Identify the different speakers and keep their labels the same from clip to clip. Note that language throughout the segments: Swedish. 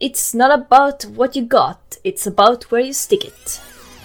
Speaker 1: It's not about what you got, it's about where you stick it.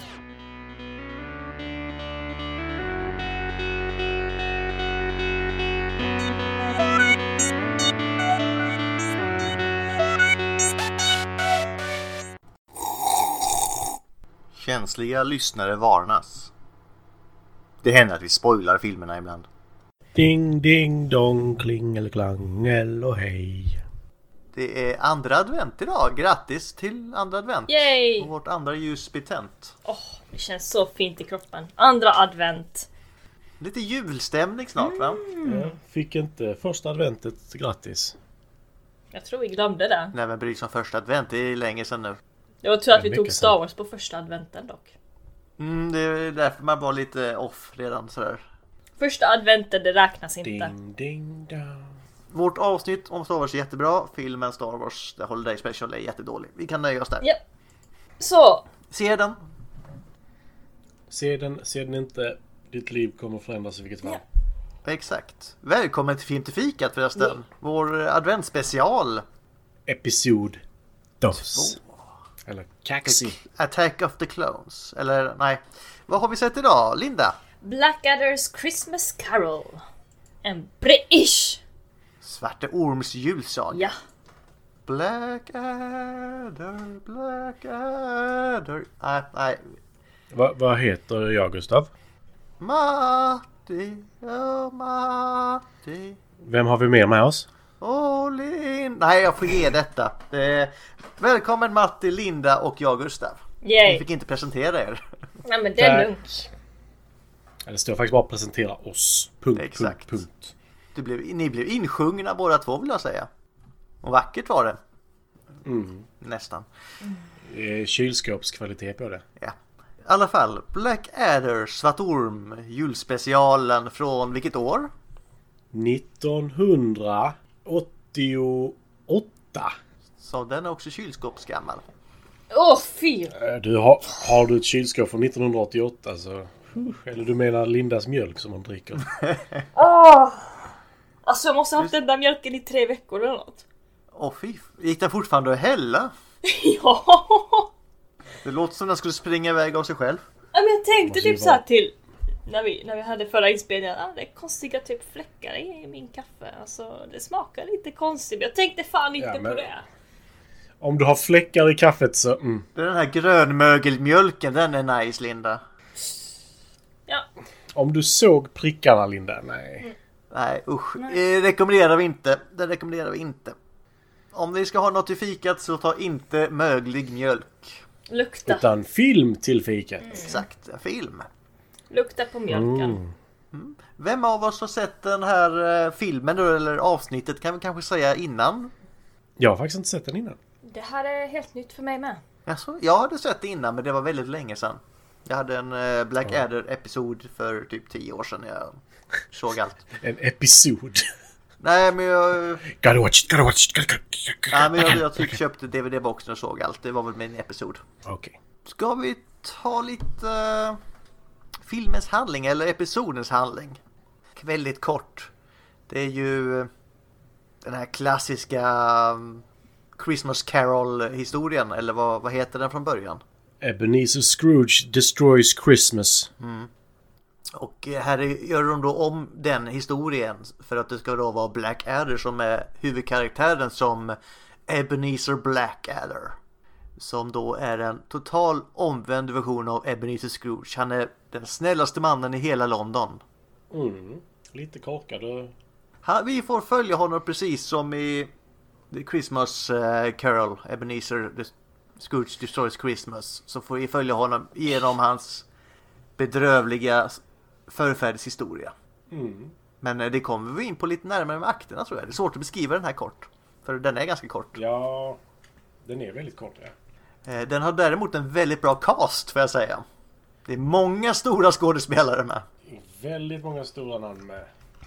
Speaker 2: Känsliga lyssnare varnas. Det händer att vi spoilar filmerna ibland.
Speaker 3: Ding, ding, dong, klingelklangel och hej.
Speaker 2: Det är andra advent idag. Grattis till andra advent.
Speaker 1: Yay!
Speaker 2: Och vårt andra ljus blir tänt.
Speaker 1: Det känns så fint i kroppen. Andra advent.
Speaker 2: Lite julstämning snart, va?
Speaker 3: Jag fick inte första adventet gratis.
Speaker 1: Jag tror vi glömde det.
Speaker 2: Nej, men bryr som första advent. Det är länge sedan nu.
Speaker 1: Det var tur att vi
Speaker 3: mycket
Speaker 1: tog
Speaker 3: sen.
Speaker 1: Star Wars på första adventen dock.
Speaker 2: Det är därför man var lite off redan sådär.
Speaker 1: Första adventen, det räknas inte.
Speaker 3: Ding, ding, dong.
Speaker 2: Vårt avsnitt om Star Wars är jättebra. Filmen Star Wars, The Holiday Special, är jättedålig. Vi kan nöja oss där.
Speaker 1: Ja. Så,
Speaker 2: Se den.
Speaker 3: Se den inte. Ditt liv kommer förändras i vilket fall.
Speaker 2: Exakt. Välkommen till Film till fikat förresten. Vår adventsspecial.
Speaker 3: Episod 2. Eller Kaxi.
Speaker 2: Attack of the Clones. Eller nej. Vad har vi sett idag, Linda?
Speaker 1: Blackadder's Christmas Carol. En British.
Speaker 2: Svarte Orms julsång.
Speaker 1: Ja.
Speaker 2: Blackadder, Blackadder. Nej.
Speaker 3: Vad heter jag, Gustav?
Speaker 2: Matti, oh Matti.
Speaker 3: Vem har vi mer med oss?
Speaker 2: Och Linda. Nej, jag får ge detta. Välkommen Matti, Linda och jag, Gustav.
Speaker 1: Yay.
Speaker 2: Ni fick inte presentera er.
Speaker 1: Nej men det är
Speaker 3: Nej.
Speaker 1: lugnt.
Speaker 3: Eller står faktiskt bara presentera oss. Punkt,
Speaker 2: Exakt.
Speaker 3: punkt.
Speaker 2: Ni blev insjungna båda två, vill jag säga. Och vackert var det. Nästan.
Speaker 3: Kylskåpskvalitet på det.
Speaker 2: Ja. I alla fall, Blackadder, Svartorm, julspecialen från vilket år?
Speaker 3: 1988.
Speaker 2: Så den är också kylskåpsgammal.
Speaker 1: Fy.
Speaker 3: Har du ett kylskåp från 1988 så... Eller du menar Lindas mjölk som hon dricker?
Speaker 1: Alltså jag måste ha haft den där mjölken i 3 veckor eller något.
Speaker 2: Fy, gick den fortfarande att hälla?
Speaker 1: Ja.
Speaker 2: Det låter som den skulle springa iväg av sig själv.
Speaker 1: Men jag tänkte
Speaker 3: Måste ju
Speaker 1: typ så här
Speaker 3: vara.
Speaker 1: till när vi hade förra inspelningen, det är konstiga typ fläckar i min kaffe. Alltså det smakar lite konstigt. Jag tänkte fan inte
Speaker 3: Ja, men-
Speaker 1: på det.
Speaker 3: Om du har fläckar i kaffet så...
Speaker 2: Det är den här grönmögelmjölken, den är nice, Linda.
Speaker 1: Ja.
Speaker 3: Om du såg prickarna, Linda? Nej.
Speaker 2: Nej, usch. Rekommenderar vi inte. Det rekommenderar vi inte. Om ni ska ha något i fikat så ta inte möglig mjölk.
Speaker 1: Lukta.
Speaker 3: Utan film till fikat.
Speaker 2: Exakt, en film.
Speaker 1: Lukta på mjölken.
Speaker 2: Vem av oss har sett den här filmen då, eller avsnittet kan vi kanske säga innan?
Speaker 3: Jag har faktiskt inte sett den innan.
Speaker 1: Det här är helt nytt för mig med.
Speaker 2: Alltså, jag hade sett det innan, men det var väldigt länge sedan. Jag hade en Blackadder-episod för typ 10 år sedan. Jag såg allt.
Speaker 3: En episod.
Speaker 2: Nej, men jag...
Speaker 3: Gotta watch it.
Speaker 2: Nej, men jag typ köpte DVD-boxen och såg allt. Det var väl min episod.
Speaker 3: Okej.
Speaker 2: Ska vi ta lite filmens handling eller episodens handling? Väldigt kort. Det är ju den här klassiska Christmas Carol-historien. Eller vad heter den från början?
Speaker 3: Ebenezer Scrooge destroys Christmas.
Speaker 2: Och här gör de då om den historien för att det ska då vara Blackadder som är huvudkaraktären som Ebenezer Blackadder. Som då är en total omvänd version av Ebenezer Scrooge. Han är den snällaste mannen i hela London.
Speaker 3: Lite korkad och...
Speaker 2: Vi får följa honom precis som i The Christmas Carol, Ebenezer Scrooge Destroys Christmas. Så får vi följa honom genom hans bedrövliga förfäders historia. Men det kommer vi in på lite närmare med akterna, tror jag. Det är svårt att beskriva den här kort. För den är ganska kort.
Speaker 3: Ja, den är väldigt kort, ja.
Speaker 2: Den har däremot en väldigt bra cast, får jag säga. Det är många stora skådespelare med.
Speaker 3: Väldigt många stora namn med.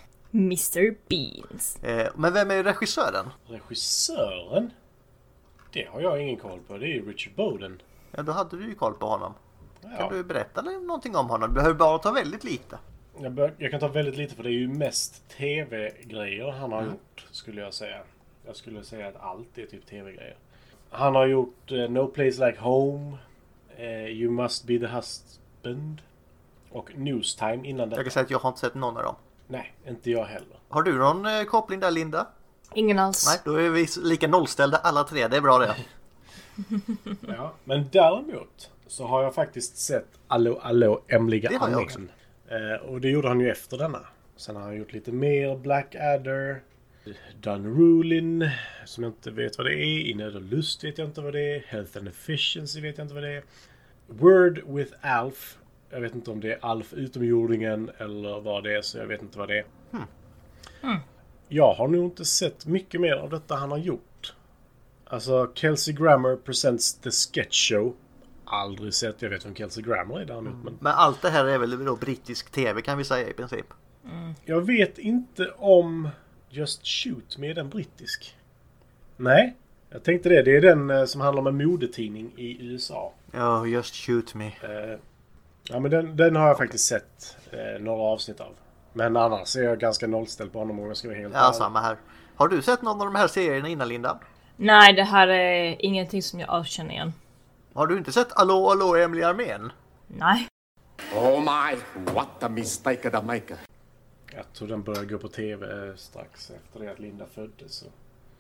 Speaker 1: Mr. Beans.
Speaker 2: Men vem är regissören?
Speaker 3: Regissören? Det har jag ingen koll på. Det är ju Richard Bowden.
Speaker 2: Ja, då hade du ju koll på honom.
Speaker 3: Ja.
Speaker 2: Kan du berätta någonting om honom? Du behöver bara ta väldigt lite.
Speaker 3: Jag kan ta väldigt lite för det är ju mest tv-grejer han har gjort, skulle jag säga. Jag skulle säga att allt är typ tv-grejer. Han har gjort No Place Like Home, You Must Be The Husband och Newstime innan det.
Speaker 2: Jag kan säga att jag har inte sett någon av dem.
Speaker 3: Nej, inte jag heller.
Speaker 2: Har du någon koppling där, Linda?
Speaker 1: Ingen alls.
Speaker 2: Nej, då är vi lika nollställda alla tre. Det är bra det.
Speaker 3: Ja, men däremot så har jag faktiskt sett Allo, Hemliga
Speaker 2: Det har jag också.
Speaker 3: armén. Och det gjorde han ju efter denna. Sen har han gjort lite mer. Blackadder, Dunrulin, som jag inte vet vad det är. I nöd och lust vet jag inte vad det är. Health and Efficiency vet jag inte vad det är. Word with Alf. Jag vet inte om det är Alf utomjordingen eller vad det är, så jag vet inte vad det är. Jag har nog inte sett mycket mer av detta han har gjort. Alltså, Kelsey Grammer presents The Sketch Show. Aldrig sett. Jag vet vem Kelsey Grammer är däremot. Men
Speaker 2: allt det här är väl då brittisk tv kan vi säga i princip.
Speaker 3: jag vet inte om Just Shoot med den brittisk. Nej, jag tänkte det. Det är den som handlar om en modetidning i USA.
Speaker 2: Ja, Just Shoot Me.
Speaker 3: Ja, men den har jag faktiskt sett några avsnitt av. Men annars är jag ganska nollställd på honom om jag ska vara helt
Speaker 2: Ja, samma här. Har du sett någon av de här serierna innan, Linda?
Speaker 1: Nej, det här är ingenting som jag känner igen.
Speaker 2: Har du inte sett Allo, Hemliga armén?
Speaker 1: Nej.
Speaker 4: Oh my, what a mistake to make.
Speaker 3: Jag tror den började gå på tv strax efter det att Linda föddes. Så.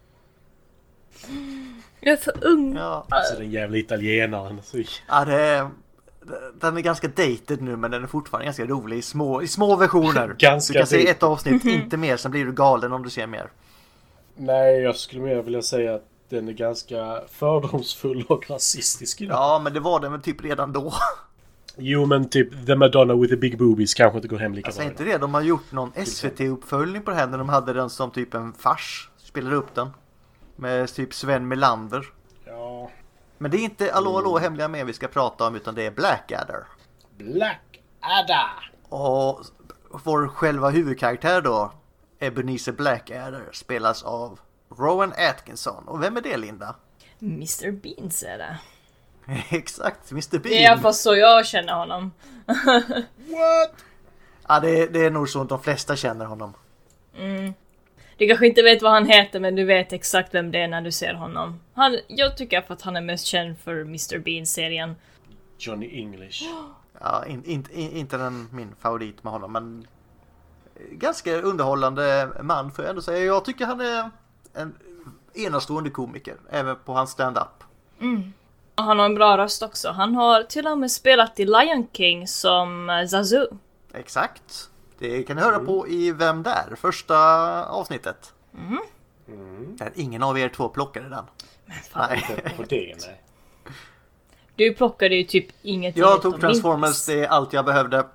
Speaker 1: Jag är för ung.
Speaker 2: Ja.
Speaker 3: Alltså den jävla italienaren. Så.
Speaker 2: Ja, den är ganska dated nu, men den är fortfarande ganska rolig i små versioner.
Speaker 3: Ganska
Speaker 2: du kan se
Speaker 3: dated.
Speaker 2: ett avsnitt, inte mer, sen blir du galen om du ser mer.
Speaker 3: Nej, jag skulle mer vilja säga att den är ganska fördomsfull och rasistisk idag.
Speaker 2: Ja, men det var den väl typ redan då.
Speaker 3: Jo, men typ The Madonna with the big boobies kanske inte går hem lika
Speaker 2: Alltså
Speaker 3: bra.
Speaker 2: inte det, de har gjort någon SVT-uppföljning på det här när de hade den som typ en fars. Spelade upp den. Med typ Sven Melander.
Speaker 3: Ja.
Speaker 2: Men det är inte Allo, Hemliga armén vi ska prata om, utan det är Blackadder.
Speaker 3: Blackadder!
Speaker 2: Och vår själva huvudkaraktär då, Ebenezer Blackadder, spelas av Rowan Atkinson. Och vem är det, Linda?
Speaker 1: Mr. Beans är det.
Speaker 2: Exakt, Mr. Bean.
Speaker 1: Det är i alla fall så jag känner honom.
Speaker 3: What?
Speaker 2: Ja, det är nog så att de flesta känner honom.
Speaker 1: Du kanske inte vet vad han heter, men du vet exakt vem det är när du ser honom. Jag tycker att han är mest känd för Mr. Bean-serien.
Speaker 3: Johnny English.
Speaker 2: Ja, inte min favorit med honom, men ganska underhållande man får jag ändå säga. Jag tycker han är en enastående komiker, även på hans stand-up.
Speaker 1: Han har en bra röst också. Han har till och med spelat i Lion King som Zazu.
Speaker 2: Exakt. Det kan ni höra på i Vem där? Första avsnittet. Där ingen av er två plockade den. Nej.
Speaker 3: Inte på det, nej.
Speaker 1: Du plockade ju typ inget.
Speaker 2: Jag tog Transformers, det är allt jag behövde.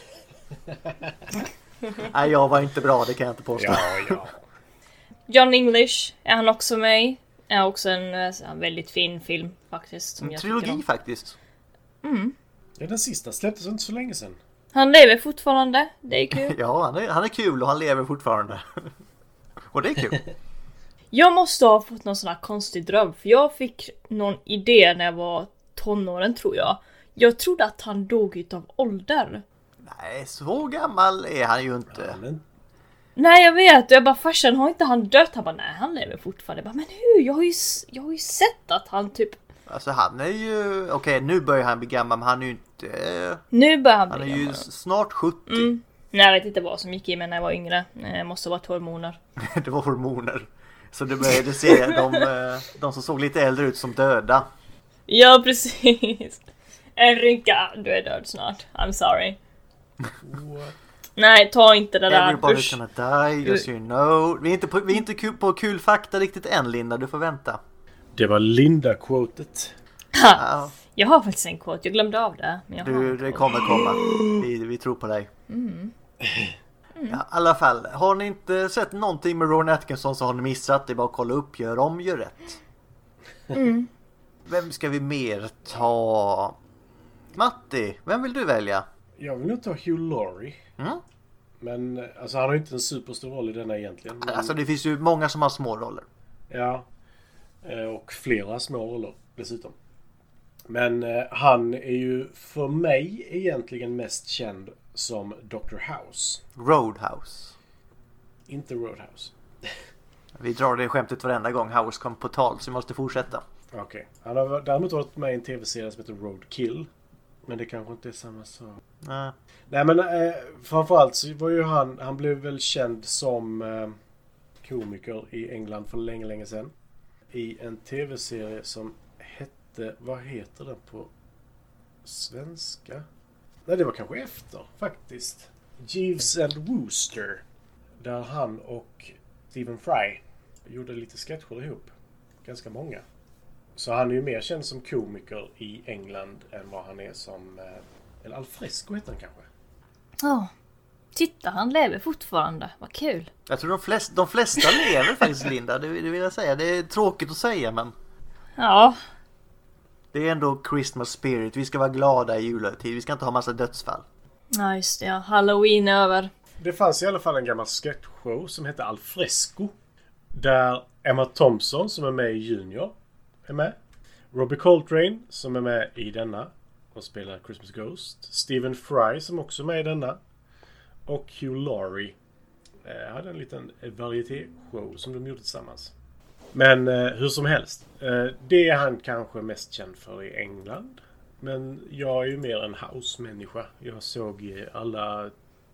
Speaker 2: Nej, jag var inte bra, det kan jag inte påstå.
Speaker 3: Ja.
Speaker 1: John English är han också med i. Är också en väldigt fin film faktiskt. Som
Speaker 2: En
Speaker 1: jag
Speaker 2: trilogi
Speaker 1: tycker om.
Speaker 2: faktiskt.
Speaker 3: Ja, den sista släpptes inte så länge sedan.
Speaker 1: Han lever fortfarande, det är kul.
Speaker 2: Ja, han är kul och han lever fortfarande. Och det är kul.
Speaker 1: Jag måste ha fått någon sån här konstig dröm. För jag fick någon idé när jag var tonåren, tror jag. Jag trodde att han dog utav ålder.
Speaker 2: Nej, så gammal är han ju inte.
Speaker 3: Men
Speaker 1: Nej, jag vet. Och jag bara, farsan, har inte han dött? Han bara, nej, han lever fortfarande. Jag bara, men hur? Jag har ju sett att han typ...
Speaker 2: Alltså han är ju... Okej, nu börjar han bli gammal, men han är ju inte...
Speaker 1: Nu börjar han
Speaker 2: Han är
Speaker 1: bli
Speaker 2: ju
Speaker 1: gammal.
Speaker 2: snart 70.
Speaker 1: Nej, jag vet inte vad som gick i mig när jag var yngre. Det måste ha varit hormoner.
Speaker 2: Det var hormoner. Så du började se de som såg lite äldre ut som döda.
Speaker 1: Ja, precis. En rynka, du är död snart. I'm sorry.
Speaker 3: what?
Speaker 1: Nej, ta inte det där.
Speaker 2: Everybody's
Speaker 1: Usch.
Speaker 2: gonna die, just you know. Vi är inte på kul fakta riktigt än, Linda. Du får vänta.
Speaker 3: Det var Linda-quotet.
Speaker 2: Ja,
Speaker 1: Jag har faktiskt en quote, jag glömde av det. Men jag har en
Speaker 2: det
Speaker 1: quote.
Speaker 2: kommer komma. Vi tror på dig. Ja, i alla fall. Har ni inte sett någonting med Rowan Atkinson så har ni missat. Det är bara att kolla upp. Gör om, gör rätt. Vem ska vi mer ta? Matti, vem vill du välja?
Speaker 3: Jag vill nog ta Hugh Laurie. Men alltså, han har ju inte en superstor roll i denna egentligen. Men,
Speaker 2: Alltså det finns ju många som har små roller.
Speaker 3: ja. Och flera små roller dessutom. Men han är ju för mig egentligen mest känd som Dr. House.
Speaker 2: Roadhouse.
Speaker 3: Inte Roadhouse.
Speaker 2: Vi drar det skämtet varenda gång House kom på tal, så vi måste fortsätta.
Speaker 3: Okej. Han har däremot varit med i en tv-serie som heter Roadkill. Men det kanske inte är samma sak.
Speaker 2: Nej.
Speaker 3: Nej, men framförallt så var ju han blev väl känd som komiker i England för länge sedan. I en tv-serie som hette, vad heter den på svenska? Nej, det var kanske efter faktiskt. Jeeves and Wooster. Där han och Stephen Fry gjorde lite sketcher ihop. Ganska många. Så han är ju mer känd som komiker i England än vad han är som... eller Alfresco heter han kanske.
Speaker 1: Ja. Titta, han lever fortfarande. Vad kul.
Speaker 2: Jag tror de flesta lever faktiskt, Linda. Det vill jag säga. Det är tråkigt att säga, men...
Speaker 1: Ja.
Speaker 2: Det är ändå Christmas spirit. Vi ska vara glada i juletid. Vi ska inte ha massa dödsfall.
Speaker 1: Ja, just det. Ja. Halloween är över.
Speaker 3: Det fanns i alla fall en gammal sketchshow som hette Alfresco. Där Emma Thompson, som är med i Junior, är med. Robbie Coltrane, som är med i denna och spelar Christmas Ghost. Stephen Fry, som också är med i denna. Och Hugh Laurie hade en liten varietéshow som de gjorde tillsammans. Men hur som helst. Det är han kanske mest känd för i England. Men jag är ju mer en house-människa. Jag såg alla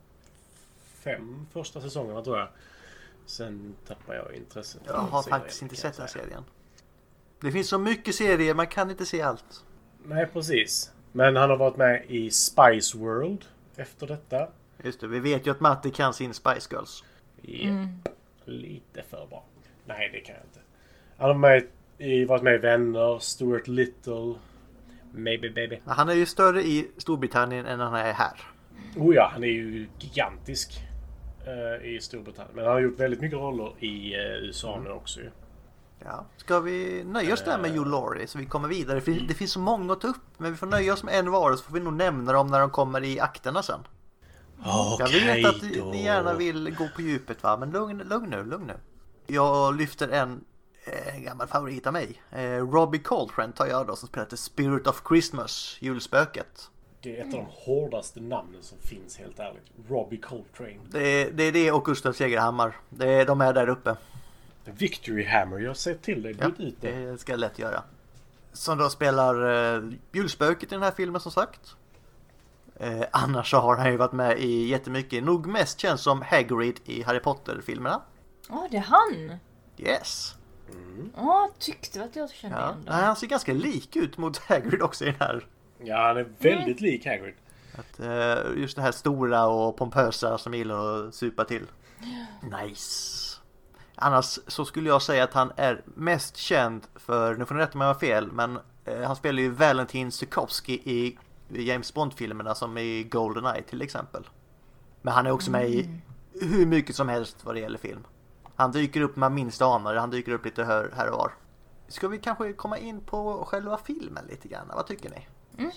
Speaker 3: 5 första säsongerna, tror jag. Sen tappar jag intresset.
Speaker 2: Jag har faktiskt inte sett den här serien. Det finns så mycket serier, man kan inte se allt.
Speaker 3: Nej, precis. Men han har varit med i Spice World efter detta.
Speaker 2: Just det, vi vet ju att Matti kan sin Spice Girls.
Speaker 3: Ja, lite för bra. Nej, det kan jag inte. Han har varit med i Vänner, Stuart Little, Maybe Baby.
Speaker 2: Han är ju större i Storbritannien än han är här.
Speaker 3: Oh ja, han är ju gigantisk i Storbritannien. Men han har gjort väldigt mycket roller i USA nu också ju.
Speaker 2: Ja. Ska vi nöja oss där med Hugh Laurie så vi kommer vidare? För det finns så många att ta upp. Men vi får nöja oss med en var, så får vi nog nämna dem när de kommer i akterna sen. Jag vet att ni gärna vill gå på djupet, va? Men lugn nu. Jag lyfter en gammal favorit av mig. Robbie Coltrane tar jag då, som spelar The Spirit of Christmas, julspöket.
Speaker 3: Det är ett av de hårdaste namnen som finns, helt ärligt. Robbie Coltrane.
Speaker 2: Det är det och Gustav Segerhammar. De är där uppe.
Speaker 3: Victory Hammer, jag säger till dig.
Speaker 2: Ja, det ska jag lätt göra. Som då spelar julspöket i den här filmen, som sagt. Annars så har han ju varit med i jättemycket. Nog mest känd som Hagrid i Harry Potter-filmerna.
Speaker 1: Ja, det är han.
Speaker 2: Yes.
Speaker 1: Ja, tyckte att jag kände igen det.
Speaker 2: Nej, han ser ganska lik ut mot Hagrid också i den här.
Speaker 3: Ja, han är väldigt lik Hagrid.
Speaker 2: Just det här stora och pompösa som gillar att supa till. Nice. Annars så skulle jag säga att han är mest känd för, nu får ni rätta mig om jag har fel, men han spelar ju Valentin Zukovsky i James Bond-filmerna, som i GoldenEye till exempel. Men han är också med i hur mycket som helst vad det gäller film. Han dyker upp med minst anare, han dyker upp lite här och var. Ska vi kanske komma in på själva filmen lite grann? Vad tycker ni?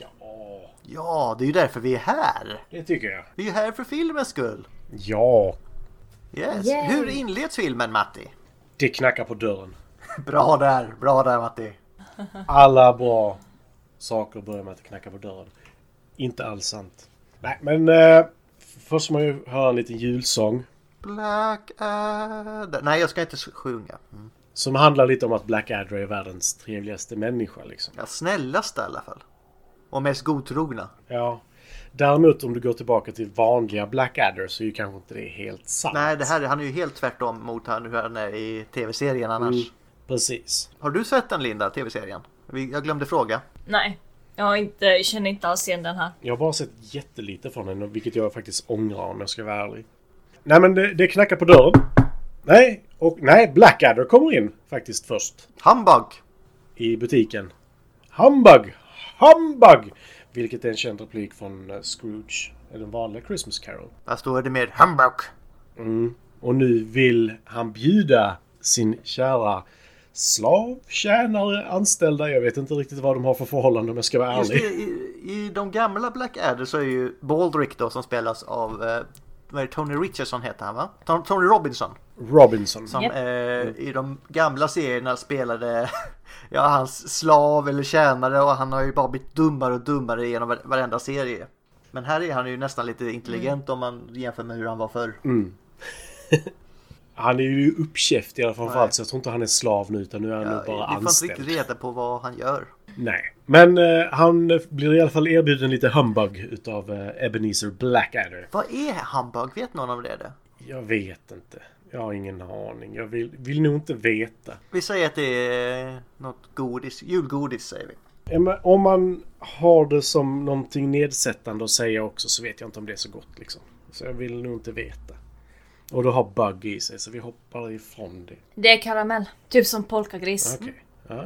Speaker 2: Ja, det är ju därför vi är här.
Speaker 3: Det tycker jag.
Speaker 2: Vi är ju här för filmens skull.
Speaker 3: Ja.
Speaker 2: Yes.
Speaker 1: Yay.
Speaker 2: Hur inleds filmen, Matti?
Speaker 3: Det knackar på dörren.
Speaker 2: Bra där Matti.
Speaker 3: Alla bra saker börjar med att knacka på dörren. Inte alls sant. Nej, men först måste man ju höra en liten julsång.
Speaker 2: Blackadder. Nej, jag ska inte sjunga.
Speaker 3: Som handlar lite om att Blackadder är världens trevligaste människa liksom.
Speaker 2: Ja, snällaste i alla fall. Och mest godtrogna.
Speaker 3: Ja. Däremot om du går tillbaka till vanliga Blackadder så är ju kanske inte det helt sant.
Speaker 2: Nej, han är ju helt tvärtom mot hur han är i tv-serien annars.
Speaker 3: Precis.
Speaker 2: Har du sett den, Linda, tv-serien? Jag glömde fråga.
Speaker 1: Nej, jag känner inte alls igen den här.
Speaker 3: Jag har bara sett jättelite från den, vilket jag faktiskt ångrar om jag ska vara ärlig. Nej, men det knackar på dörren. Nej, Blackadder kommer in faktiskt först.
Speaker 2: Humbug!
Speaker 3: I butiken. Humbug! Vilket är en känd replik från Scrooge. Den vanliga Christmas Carol.
Speaker 2: Där står det med humbug.
Speaker 3: Och nu vill han bjuda sin kära slav, tjänare, anställda. Jag vet inte riktigt vad de har för förhållande om jag ska vara ärlig.
Speaker 2: I de gamla Blackadder så är ju Baldrick då, som spelas av Tony Richardson heter han, va? Tony Robinson. Som i de gamla serierna spelade hans slav eller tjänare, och han har ju bara blivit dummare och dummare genom varenda serie. Men här är han ju nästan lite intelligent om man jämför med hur han var förr.
Speaker 3: Han är ju uppkäft i alla fall, så jag tror inte han är slav nu, utan nu är han nog bara anställd.
Speaker 2: Vi får inte riktigt reda på vad han gör.
Speaker 3: Nej, men han blir i alla fall erbjuden lite humbug utav Ebenezer Blackadder.
Speaker 2: Vad är humbug? Vet någon om det?
Speaker 3: Jag vet inte. Jag har ingen aning. Jag vill nog inte veta.
Speaker 2: Vi säger att det är något godis. Julgodis säger vi.
Speaker 3: Om man har det som någonting nedsättande att säga också, så vet jag inte om det är så gott liksom. Så jag vill nog inte veta. Och då har bug i sig, så vi hoppar ifrån det.
Speaker 1: Det är karamell. Typ som polkagris.
Speaker 3: Okej.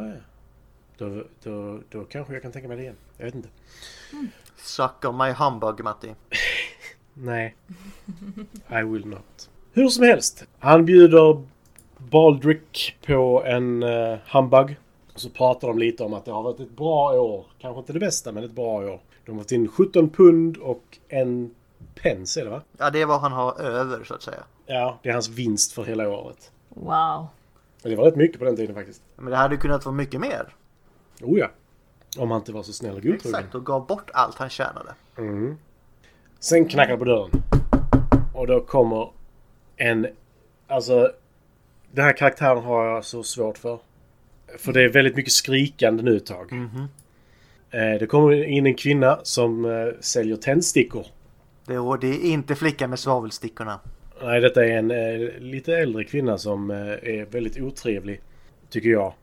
Speaker 3: Då kanske jag kan tänka mig det igen. Jag vet inte.
Speaker 2: Suck on my humbug, Matti.
Speaker 3: Nej. I will not. Hur som helst. Han bjuder Baldrick på en humbug. Och så pratar de lite om att det har varit ett bra år. Kanske inte det bästa, men ett bra år. De har fått in 17 pund och en pence, är det va?
Speaker 2: Ja, det är vad han har över, så att säga.
Speaker 3: Ja, det är hans vinst för hela året.
Speaker 1: Wow.
Speaker 3: Och det var rätt mycket på den tiden faktiskt.
Speaker 2: Men det hade kunnat vara mycket mer.
Speaker 3: Oh ja. Om han inte var så snäll och godtrogen.
Speaker 2: Exakt, och gav bort allt han tjänade.
Speaker 3: Mm. Sen knackar på dörren. Och då kommer en... Alltså, den här karaktären har jag så svårt för. För det är väldigt mycket skrikande nu ett tag.
Speaker 2: Mm-hmm.
Speaker 3: Det kommer in en kvinna som säljer tändstickor.
Speaker 2: Det är inte flickan med svavelstickorna.
Speaker 3: Nej, detta är en lite äldre kvinna som är väldigt otrevlig, tycker jag.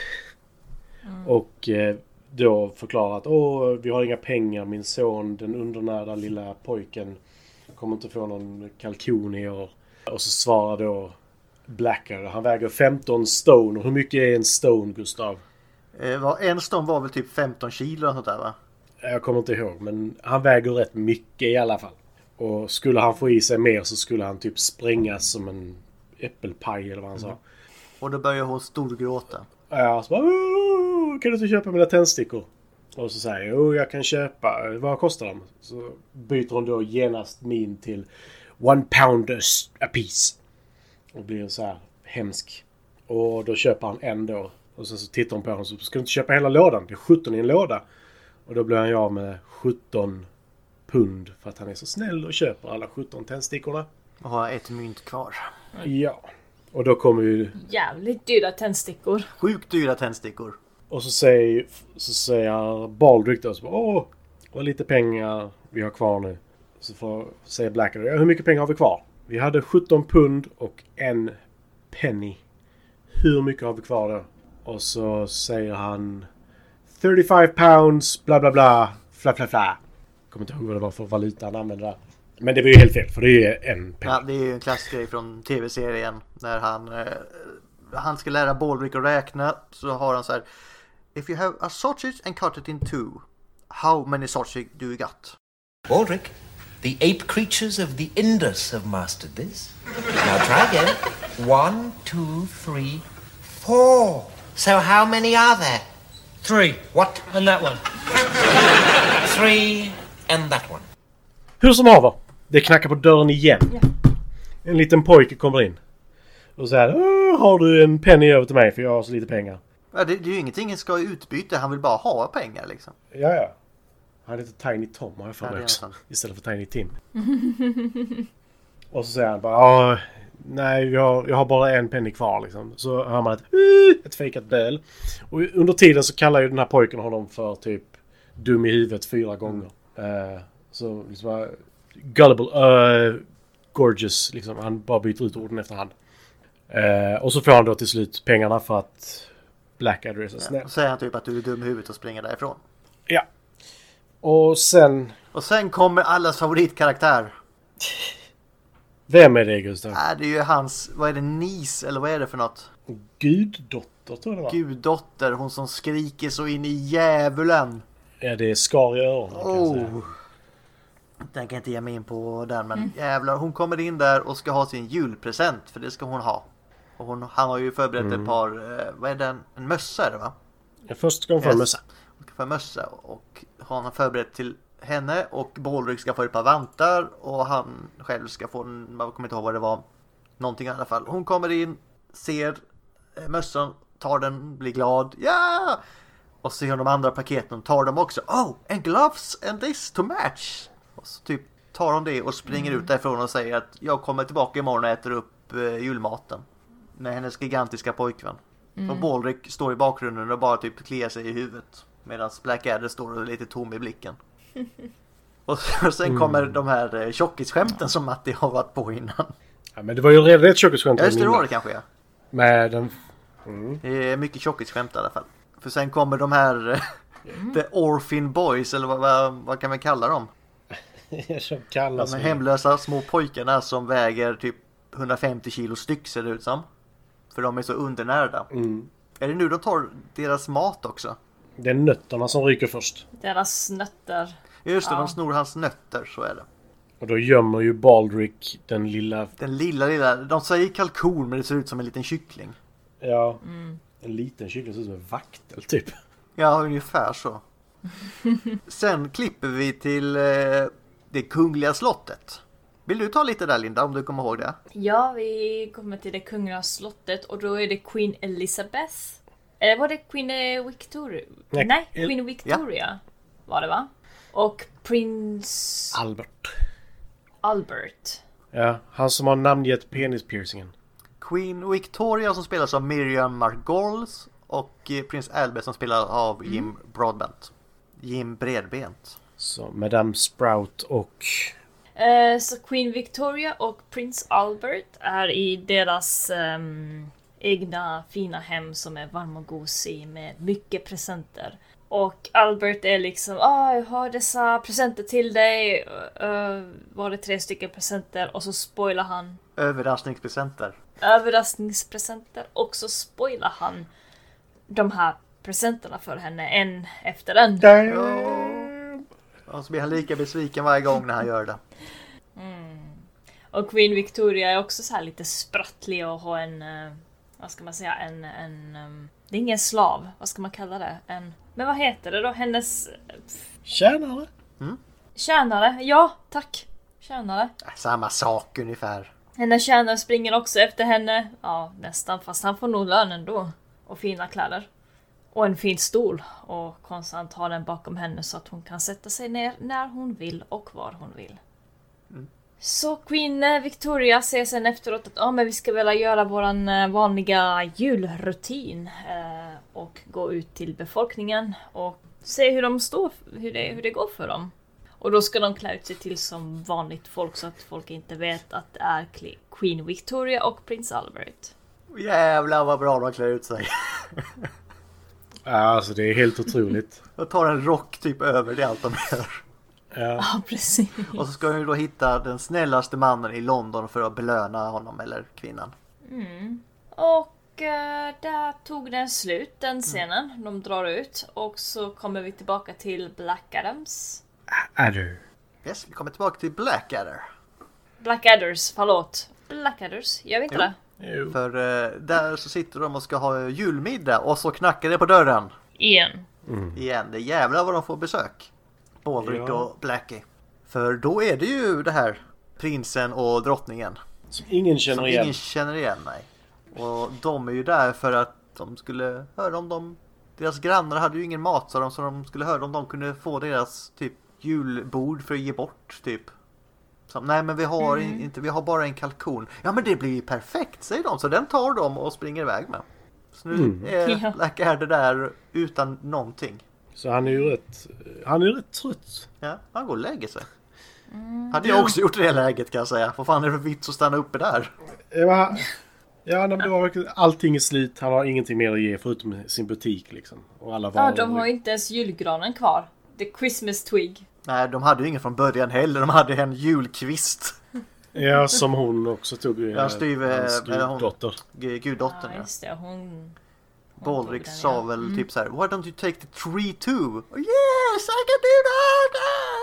Speaker 3: Och då förklarar att vi har inga pengar, min son, den undernärda lilla pojken, kommer inte få någon kalkon i år. Och så svarar då Blackadder, han väger 15 stone. Och hur mycket är en stone, Gustav?
Speaker 2: En stone var väl typ 15 kilo och sånt där, va?
Speaker 3: Jag kommer inte ihåg, men han väger rätt mycket i alla fall. Och skulle han få i sig mer så skulle han typ sprängas som en äppelpaj eller vad han sa.
Speaker 2: Och då börjar hon storgråta.
Speaker 3: Ja, så bara, kan du inte köpa mina tändstickor? Och så säger jag, jag kan köpa. Vad kostar de? Så byter hon då genast min till 1 pound a piece. Och blir så här hemsk. Och då köper han en då. Och så tittar hon på honom, så ska du inte köpa hela lådan? Det är 17 i en låda. Och då blir han av med 17 pund för att han är så snäll och köper alla 17 tändstickorna.
Speaker 2: Och har ett mynt kvar.
Speaker 3: Ja. Och då kommer ju...
Speaker 1: Jävligt dyra tändstickor.
Speaker 2: Sjukt dyra tändstickor.
Speaker 3: Och så säger Baldrick då så, vad lite pengar vi har kvar nu. Så säger Blackadder, hur mycket pengar har vi kvar? Vi hade 17 pund och en penny. Hur mycket har vi kvar då? Och så säger han 35 pounds, bla bla bla, fla fla fla. Jag kommer inte ihåg vad det var för valuta han använde där. Men det var ju helt fel, för det är ju en penny.
Speaker 2: Ja, det är ju en klassisk grej från tv-serien. När han ska lära Baldrick att räkna, så har han så här: if you have a sausage and cut it in two, how many sausage do you got?
Speaker 5: Baldrick, the ape creatures of the Indus have mastered this. Now try again. 1, 2, 3, 4. So how many are there?
Speaker 6: 3.
Speaker 5: What?
Speaker 6: And that one.
Speaker 5: 3 and that one.
Speaker 3: Hur som haver, det knackar på dörren igen. Ja. En liten pojke kommer in. Och säger, har du en penny över till mig för jag har så lite pengar?
Speaker 2: Ja, det är ju ingenting han ska utbyta, han vill bara ha pengar liksom.
Speaker 3: Ja. Han heter Tiny Tom, har jag för mig också. Istället för Tiny Tim. Och så säger han bara, nej, jag har bara en penny kvar liksom. Så hör man ett fejkat böl. Och under tiden så kallar ju den här pojken honom för typ dum i huvudet 4 gånger. Så liksom gullible, gorgeous liksom. Han bara byter ut orden efterhand. Och så får han då till slut pengarna för att Blackadder är så snäll.
Speaker 2: Och säger han typ att du är dum i huvudet och springer därifrån.
Speaker 3: Ja. Och sen
Speaker 2: kommer allas favoritkaraktär.
Speaker 3: Vem är det, Gustav?
Speaker 2: Det är ju hans, vad är det, niece eller vad är det för något?
Speaker 3: Guddotter tror jag det var.
Speaker 2: Guddotter, hon som skriker så in i djävulen.
Speaker 3: Ja, det är skar i öronen kan jag säga.
Speaker 2: Den kan inte ge mig in på den, men jävlar, hon kommer in där och ska ha sin julpresent, för det ska hon ha. Och han har ju förberett ett par, vad är det, en mössa är det va?
Speaker 3: Ja, först ska hon få en mössa.
Speaker 2: Hon ska få en mössa och han har förberett till henne, och Baldrick ska få ett par vantar och han själv ska få man kommer inte ihåg vad det var, någonting i alla fall. Hon kommer in, ser mössan, tar den, blir glad, ja! Och ser de andra paketen, tar dem också. And gloves and this to match. Och så typ tar de det och springer ut därifrån och säger att jag kommer tillbaka imorgon och äter upp upp julmaten med hennes gigantiska pojkvän. Och Baldrick står i bakgrunden och bara typ kliar sig i huvudet. Medan Blackadder står lite tom i blicken. Och sen kommer de här tjockisskämten som Matti har varit på innan.
Speaker 3: Ja, men det var ju redan ett tjockisskämt.
Speaker 2: Ja, just det var det kanske, ja.
Speaker 3: Med den...
Speaker 2: Det är mycket tjockisskämt i alla fall. För sen kommer de här The Orphan Boys, eller vad kan man kalla dem?
Speaker 3: Som kallas
Speaker 2: de hemlösa små pojkarna som väger typ 150 kilo styck, ser det ut som. För de är så undernärda. Är det nu de tar deras mat också?
Speaker 3: Det är nötterna som ryker först.
Speaker 1: Deras nötter.
Speaker 2: Just det, de snor hans nötter, så är det.
Speaker 3: Och då gömmer ju Baldrick den lilla...
Speaker 2: Den lilla, de säger kalkon men det ser ut som en liten kyckling.
Speaker 3: Ja, en liten kyckling ser ut som en vaktel typ.
Speaker 2: Ja, ungefär så. Sen klipper vi till det kungliga slottet. Vill du ta lite där, Linda, om du kommer ihåg det?
Speaker 1: Ja, vi kommer till det kungliga slottet och då är det Queen Elizabeth. Eller var det Queen Victoria? Nej, Queen Victoria var det, va? Och Prins Albert.
Speaker 3: Ja, han som har namngett penispiercingen.
Speaker 2: Queen Victoria som spelas av Miriam Margolyes och Prins Albert som spelas av Jim Broadbent. Jim Bredbent.
Speaker 3: Så Madame Sprout och...
Speaker 1: Så Queen Victoria och Prins Albert är i deras egna fina hem som är varm och gosig med mycket presenter. Och Albert är liksom, jag har dessa presenter till dig. Var det 3 stycken presenter och så spoilar han.
Speaker 2: Överraskningspresenter.
Speaker 1: Och så spoilar han de här presenterna för henne en efter en.
Speaker 2: Och så blir han lika besviken varje gång när han gör det.
Speaker 1: Och Queen Victoria är också så här lite sprattlig och har en, vad ska man säga, det är ingen slav, vad ska man kalla det? Men vad heter det då? Hennes...
Speaker 3: Tjänare?
Speaker 1: Tjänare, ja, tack. Tjänare.
Speaker 2: Samma sak ungefär.
Speaker 1: Hennes tjänare springer också efter henne. Ja, nästan, fast han får nog lön ändå. Och fina kläder. Och en fin stol. Och konstant har den bakom henne så att hon kan sätta sig ner när hon vill och var hon vill. Så Queen Victoria säger sen efteråt att men vi ska väl göra våran vanliga julrutin och gå ut till befolkningen och se hur det går för dem. Och då ska de klä ut sig till som vanligt folk så att folk inte vet att det är Queen Victoria och Prins Albert.
Speaker 2: Jävlar vad bra de klär ut sig.
Speaker 3: Alltså det är helt otroligt.
Speaker 2: Jag tar en rock typ över det allt de gör.
Speaker 1: Ja, precis.
Speaker 2: Och så ska vi då hitta den snällaste mannen i London för att belöna honom eller kvinnan.
Speaker 1: Och där tog den slut, den scenen. De drar ut och så kommer vi tillbaka till Black Adams.
Speaker 2: Yes, vi kommer tillbaka till Blackadder.
Speaker 1: Blackadders, jag vet inte det.
Speaker 3: Jo.
Speaker 2: För där så sitter de och ska ha julmiddag och så knackar det på dörren.
Speaker 1: Igen.
Speaker 2: Det är jävlar vad de får besök. Baldrick och Blackie. För då är det ju det här prinsen och drottningen.
Speaker 3: Som ingen känner igen. Nej. Och de är ju där för att de skulle höra om dem. Deras grannar hade ju ingen mat så de skulle höra om de kunde få deras typ julbord för att ge bort typ. Så, nej men vi har inte, vi har bara en kalkon. Ja men det blir ju perfekt, säger de. Så den tar de och springer iväg med. Så nu är Blackadder där utan någonting. Så han är ju rätt trött.
Speaker 2: Ja, han går och lägger sig. Hade jag också gjort det läget kan jag säga. Vad fan är det för vits att stanna uppe där?
Speaker 3: Ja, men det var verkligen, allting är slut. Han har ingenting mer att ge förutom sin butik liksom. Och alla varor.
Speaker 1: Ja, de har inte ens julgranen kvar. The Christmas twig.
Speaker 2: Nej, de hade ju ingen från början heller. De hade en julkvist.
Speaker 3: Ja, som hon också tog.
Speaker 2: Ja,
Speaker 3: guddotter.
Speaker 2: Guddottern,
Speaker 1: ja. Just det, hon
Speaker 2: Baldrick sa väl typ så här: why don't you take the tree too? Oh, yes, I can do that!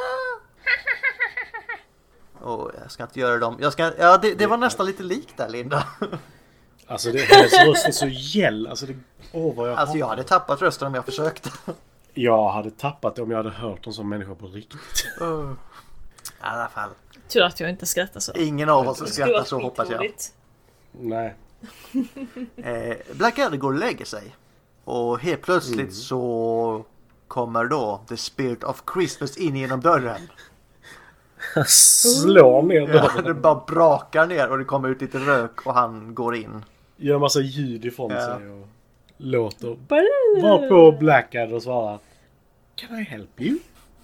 Speaker 2: Jag ska inte göra dem. Det var nästan lite likt där, Linda.
Speaker 3: Alltså hennes röst är så gäll. Alltså
Speaker 2: jag hade tappat rösten om jag försökte.
Speaker 3: Jag hade tappat det om jag hade hört en sån människa på riktigt.
Speaker 2: I alla fall.
Speaker 1: Tur att jag inte skrattar så.
Speaker 2: Ingen av oss skrattar så, hoppas jag.
Speaker 3: Nej.
Speaker 2: Blackadder går och lägger sig. Och helt plötsligt så kommer då The Spirit of Christmas in genom dörren.
Speaker 3: Slår ner
Speaker 2: Ja,
Speaker 3: dörren.
Speaker 2: det bara brakar ner och det kommer ut lite rök och han går in.
Speaker 3: Gör en massa ljud ifrån sig och låter. Var på Blackadder och svarar. Can I help you?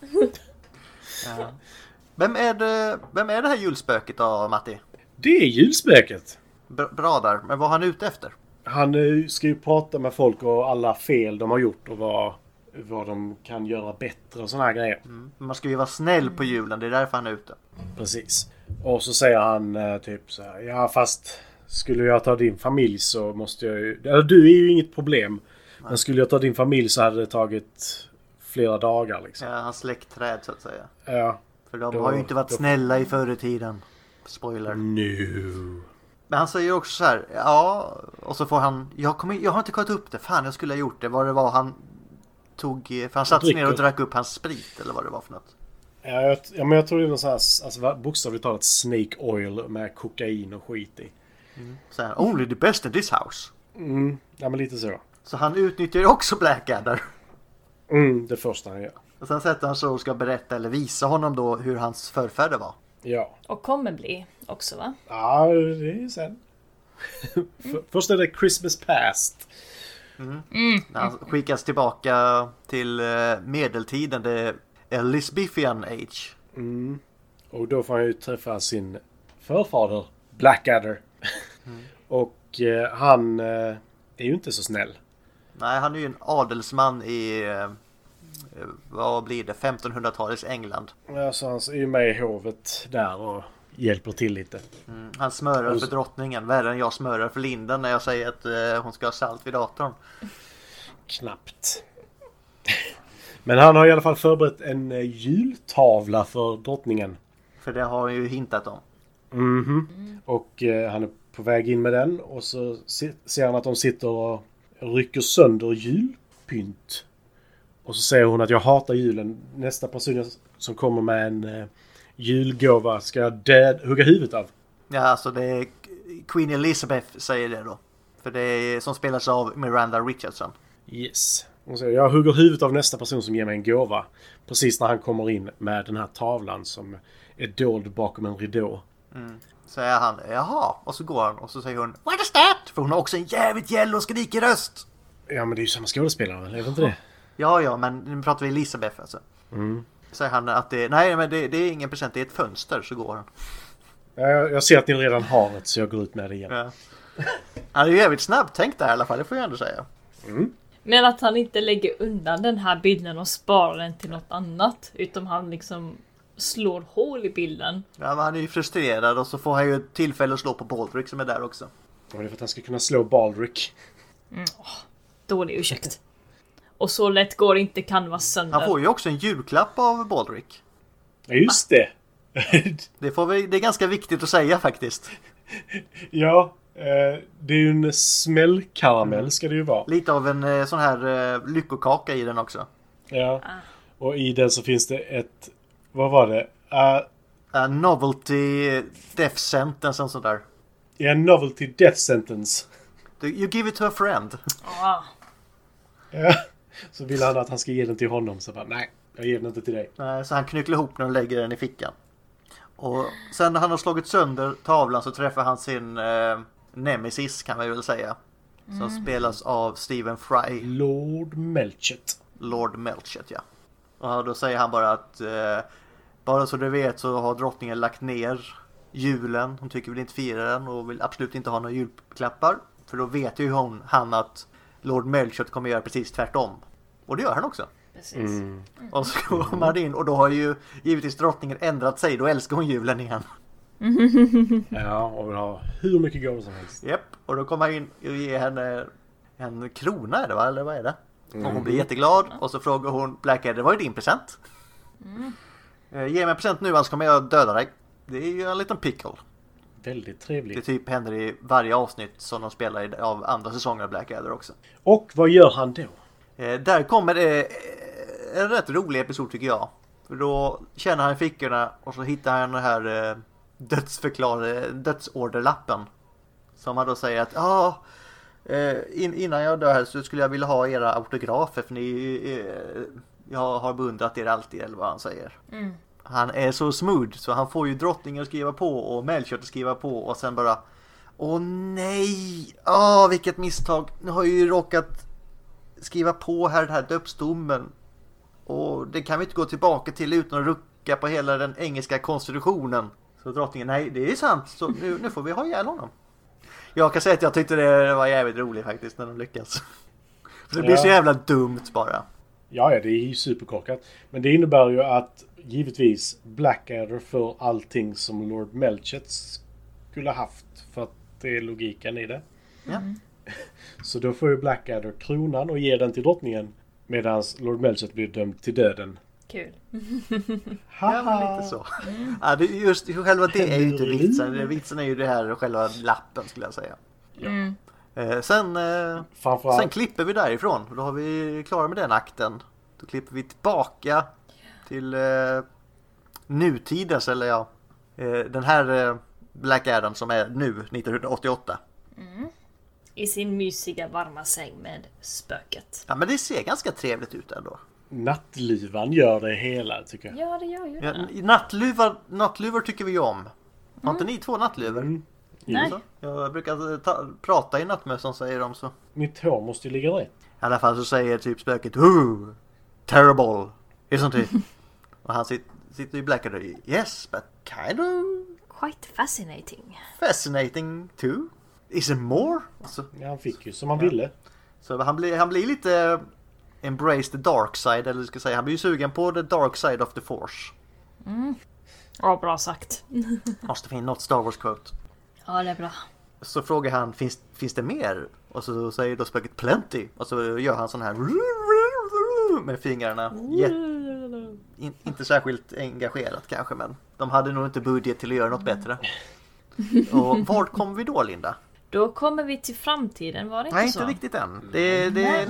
Speaker 2: Ja. Vem är det här julspöket då, Matti?
Speaker 3: Det är julspöket.
Speaker 2: Bra där, men vad är han ute efter?
Speaker 3: Han ska ju prata med folk och alla fel de har gjort och vad de kan göra bättre och såna här grejer.
Speaker 2: Man ska ju vara snäll på julen, det är därför han är ute.
Speaker 3: Precis. Och så säger han typ så här. Ja, fast skulle jag ta din familj så måste jag ju... Eller du är ju inget problem. Nej. Men skulle jag ta din familj så hade det tagit flera dagar liksom.
Speaker 2: Ja, hans släktträd så att säga.
Speaker 3: Ja.
Speaker 2: För de har ju inte varit snälla i förr i tiden. Spoiler.
Speaker 3: No.
Speaker 2: Men han säger också så här. Ja, och så får han... Jag har inte kollat upp det. Fan, jag skulle ha gjort det. Vad det var han tog... För han satt ner och drack upp hans sprit. Eller vad det var för något.
Speaker 3: Ja, men jag tror det är någon sån här... Alltså bokstavligt talat snake oil med kokain och skit i.
Speaker 2: Så här, only the best in this house.
Speaker 3: Ja, men lite så.
Speaker 2: Så han utnyttjar ju också Blackadder.
Speaker 3: Det första han gör.
Speaker 2: Och sen sätter han så och ska berätta eller visa honom då hur hans förfäder var.
Speaker 3: Ja.
Speaker 1: Och kommer bli också, va?
Speaker 3: Ja, det är sen. Först är det Christmas past.
Speaker 2: När han skickas tillbaka till medeltiden, det Elizabethan age.
Speaker 3: Och då får han ju träffa sin förfader, Blackadder. Och han är ju inte så snäll.
Speaker 2: Nej, han är ju en adelsman i vad blir det, 1500-talets England.
Speaker 3: Alltså han är ju med i hovet där och hjälper till lite.
Speaker 2: Han smörar för drottningen, värre än jag smörar för Linden när jag säger att hon ska ha salt vid datorn.
Speaker 3: Knappt. Men han har i alla fall förberett en jultavla för drottningen.
Speaker 2: För det har han ju hintat om.
Speaker 3: Och han är på väg in med den. Och så ser han att de sitter och rycker sönder julpynt. Och så säger hon att jag hatar julen. Nästa person som kommer med en julgåva ska jag hugga huvudet av.
Speaker 2: Ja, alltså det är Queen Elizabeth säger det då. För det är som spelas av Miranda Richardson.
Speaker 3: Yes. Hon säger jag hugger huvudet av nästa person som ger mig en gåva. Precis när han kommer in med den här tavlan som är dold bakom en ridå.
Speaker 2: Säger han, jaha. Och så går han och så säger hon, what is that? För hon har också en jävligt gäll och skrikig röst.
Speaker 3: Ja, men det är ju samma skådespelare, eller? Är det inte det?
Speaker 2: Ja, men nu pratar vi Elizabeth alltså. Säger han att det är ingen present, det är ett fönster, så går han.
Speaker 3: Ja, jag ser att ni redan har ett, så jag går ut med det igen.
Speaker 2: Ja. Han är ju jävligt snabbtänkt där i alla fall, det får jag ändå säga.
Speaker 1: Men att han inte lägger undan den här bilden och sparar den till något annat. Utan han liksom slår hål i bilden.
Speaker 2: Ja, men han är ju frustrerad och så får han ju ett tillfälle att slå på Baldrick som är där också.
Speaker 3: Och det är för att han ska kunna slå Baldrick.
Speaker 1: Dålig ursäkt. Och så lätt går inte canvas sönder.
Speaker 2: Han får ju också en julklapp av Baldrick.
Speaker 3: Ja, just det.
Speaker 2: Det är ganska viktigt att säga faktiskt.
Speaker 3: Ja, det är ju en smällkaramell ska det ju vara.
Speaker 2: Lite av en sån här lyckokaka i den också.
Speaker 3: Ja, och i den så finns det ett, vad var det?
Speaker 2: Novelty death sentence och sånt där.
Speaker 3: Ja, novelty death sentence.
Speaker 2: You give it to a friend.
Speaker 1: Ah.
Speaker 3: Ja, så vill han att han ska ge den till honom. Så bara, nej, jag ger den inte till dig.
Speaker 2: Så han knycklar ihop den och lägger den i fickan. Och sen när han har slagit sönder tavlan så träffar han sin nemesis kan man väl säga. Som spelas av Stephen Fry.
Speaker 3: Lord Melchett.
Speaker 2: Lord Melchett, ja. Och då säger han bara att bara så du vet så har drottningen lagt ner julen. Hon tycker väl inte fira den och vill absolut inte ha några julklappar. För då vet ju han att Lord Melchett kommer göra precis tvärtom. Och det gör han också.
Speaker 1: Precis.
Speaker 2: Och så kommer han in och då har ju givetvis drottningen ändrat sig. Då älskar hon julen igen.
Speaker 3: Ja, och vill ha hur mycket gåvor som helst.
Speaker 2: Japp, och då kommer han in och ger henne en krona är det va? Eller vad är det? Och hon blir jätteglad och så frågar hon Blackadder, vad är din present? Ge mig en present nu annars kommer jag döda dig. Det är ju en liten pickle.
Speaker 3: Väldigt trevligt.
Speaker 2: Det typ händer i varje avsnitt som de spelar av andra säsonger av Blackadder också.
Speaker 3: Och vad gör han då?
Speaker 2: Där kommer det en rätt rolig episod tycker jag. För då känner han i fickorna och så hittar han den här dödsorderlappen. Som han då säger att innan jag dör här så skulle jag vilja ha era autografer för jag har beundrat er alltid eller vad han säger. Han är så smooth så han får ju drottningen att skriva på och Melchior att skriva på och sen bara åh nej! Vilket misstag! Nu har jag ju råkat skriva på här den här dödsdomen och det kan vi inte gå tillbaka till utan att rucka på hela den engelska konstitutionen. Så drottningen, nej det är sant, så nu får vi ha ihjäl honom. Jag kan säga att jag tyckte det var jävligt roligt faktiskt när de lyckas. För det blir så jävla dumt bara.
Speaker 3: Ja, det är ju superkorkat. Men det innebär ju att givetvis Blackadder får allting som Lord Melchett skulle haft. För att det är logiken i det.
Speaker 2: Ja.
Speaker 3: Så då får ju Blackadder kronan och ger den till drottningen. Medan Lord Melchett blir dömd till döden.
Speaker 1: Kul.
Speaker 2: Ja, men lite så. Ja, det, just själva det är ju inte vitsen. Vitsen är ju det här själva lappen skulle jag säga.
Speaker 1: Mm.
Speaker 2: Sen klipper vi därifrån. Då har vi klara med den akten. Då klipper vi tillbaka till nutidens, eller ja, den här Black Adam som är nu 1988.
Speaker 1: I sin mysiga varma säng med spöket.
Speaker 2: Ja, men det ser ganska trevligt ut ändå.
Speaker 3: Nattluvan gör det hela, tycker jag.
Speaker 1: Ja, det gör ju det.
Speaker 2: Ja, nattluvar tycker vi ju om. Har inte ni 2 nattluvor?
Speaker 1: Nej.
Speaker 2: Så. Jag brukar prata i nattmössan, säger de så.
Speaker 3: Mitt hår måste ju ligga rätt.
Speaker 2: I alla fall så säger typ spöket terrible, isn't it? Och han sitter i Blackadder. Yes, but kind of
Speaker 1: Quite fascinating.
Speaker 2: fascinating too. Is it more? Så,
Speaker 3: Ja, han fick ju som han ville.
Speaker 2: så han blir lite embrace the dark side, eller ska jag säga. Han blir ju sugen på the dark side of the force.
Speaker 1: Ja, bra sagt.
Speaker 2: Måste finna något Star Wars quote.
Speaker 1: Ja, det är bra.
Speaker 2: Så frågar han, finns det mer? Och så säger då spöket plenty. Och så gör han sån här med fingrarna. Inte särskilt engagerat kanske, men de hade nog inte budget till att göra något bättre. Och vart kommer vi då, Linda?
Speaker 1: Då kommer vi till framtiden, var det inte
Speaker 2: Nej,
Speaker 1: så?
Speaker 2: inte riktigt än. Det är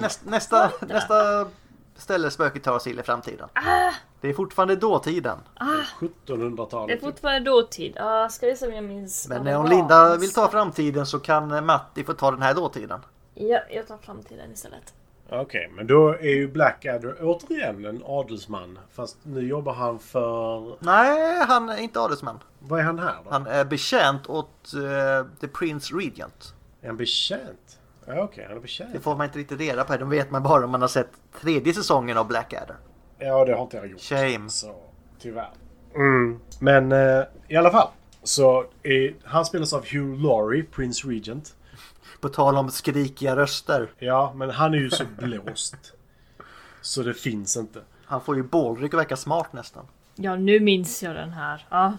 Speaker 2: nästa ställe spöket tar oss till i framtiden. Det är fortfarande dåtiden.
Speaker 3: 1700-talet.
Speaker 1: Det är fortfarande dåtid. Ska vi se om jag minns.
Speaker 2: Men om Linda vill ta framtiden så kan Matti få ta den här dåtiden.
Speaker 1: Ja, jag tar framtiden istället.
Speaker 3: Okej, men då är ju Blackadder återigen en adelsman. Fast nu jobbar han för...
Speaker 2: Nej, han är inte adelsman.
Speaker 3: Vad är han här då?
Speaker 2: Han är betjänt åt The Prince Regent.
Speaker 3: Är han betjänt? Ja, okej, han är betjänt.
Speaker 2: Det får man inte riktigt reda på. De vet man bara om man har sett 3:e säsongen av Blackadder.
Speaker 3: Ja, det har inte jag gjort.
Speaker 2: Shame.
Speaker 3: Så, tyvärr. Men i alla fall. Så han spelas av Hugh Laurie, Prince Regent.
Speaker 2: På tal om skrikiga röster.
Speaker 3: Ja, men han är ju så blåst. Så det finns inte.
Speaker 2: Han får ju Baldrick att verka smart nästan.
Speaker 1: Ja, nu minns jag den här. Ja.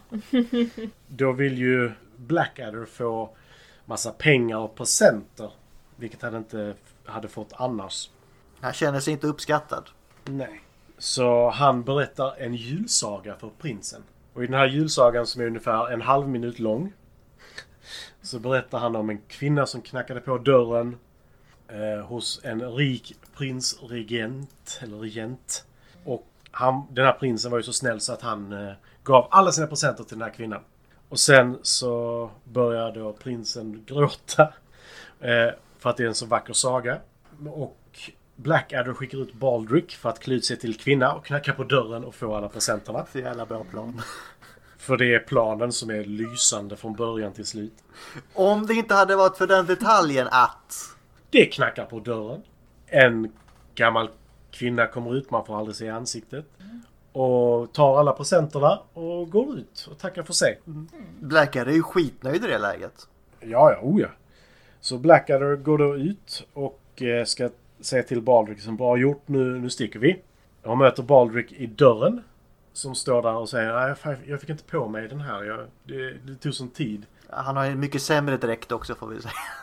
Speaker 3: Då vill ju Blackadder få massa pengar och presenter. Vilket han inte hade fått annars.
Speaker 2: Han känner sig inte uppskattad.
Speaker 3: Nej. Så han berättar en julsaga för prinsen. Och i den här julsagan som är ungefär en halv minut lång. Så berättar han om en kvinna som knackade på dörren hos en rik prinsregent. Eller regent. Och den här prinsen var ju så snäll så att han gav alla sina presenter till den här kvinnan. Och sen så börjar då prinsen gråta. För att det är en så vacker saga. Och Blackadder skickar ut Baldrick för att klä ut sig till kvinna och knacka på dörren och få alla presenterna.
Speaker 2: Så jävla bra plan.
Speaker 3: För det är planen som är lysande från början till slut.
Speaker 2: Om det inte hade varit för den detaljen att...
Speaker 3: Det knackar på dörren. En gammal kvinna kommer ut, man får aldrig se ansiktet. Och tar alla presenterna och går ut och tackar för sig.
Speaker 2: Blackadder är ju skitnöjd i det läget.
Speaker 3: Ja. Så Blackadder går då ut och ska säga till Baldrick som bra gjort, nu sticker vi. Han möter Baldrick i dörren. Som står där och säger nej, jag fick inte på mig den här. Det tog sån tid.
Speaker 2: Han har en mycket sämre dräkt också, får vi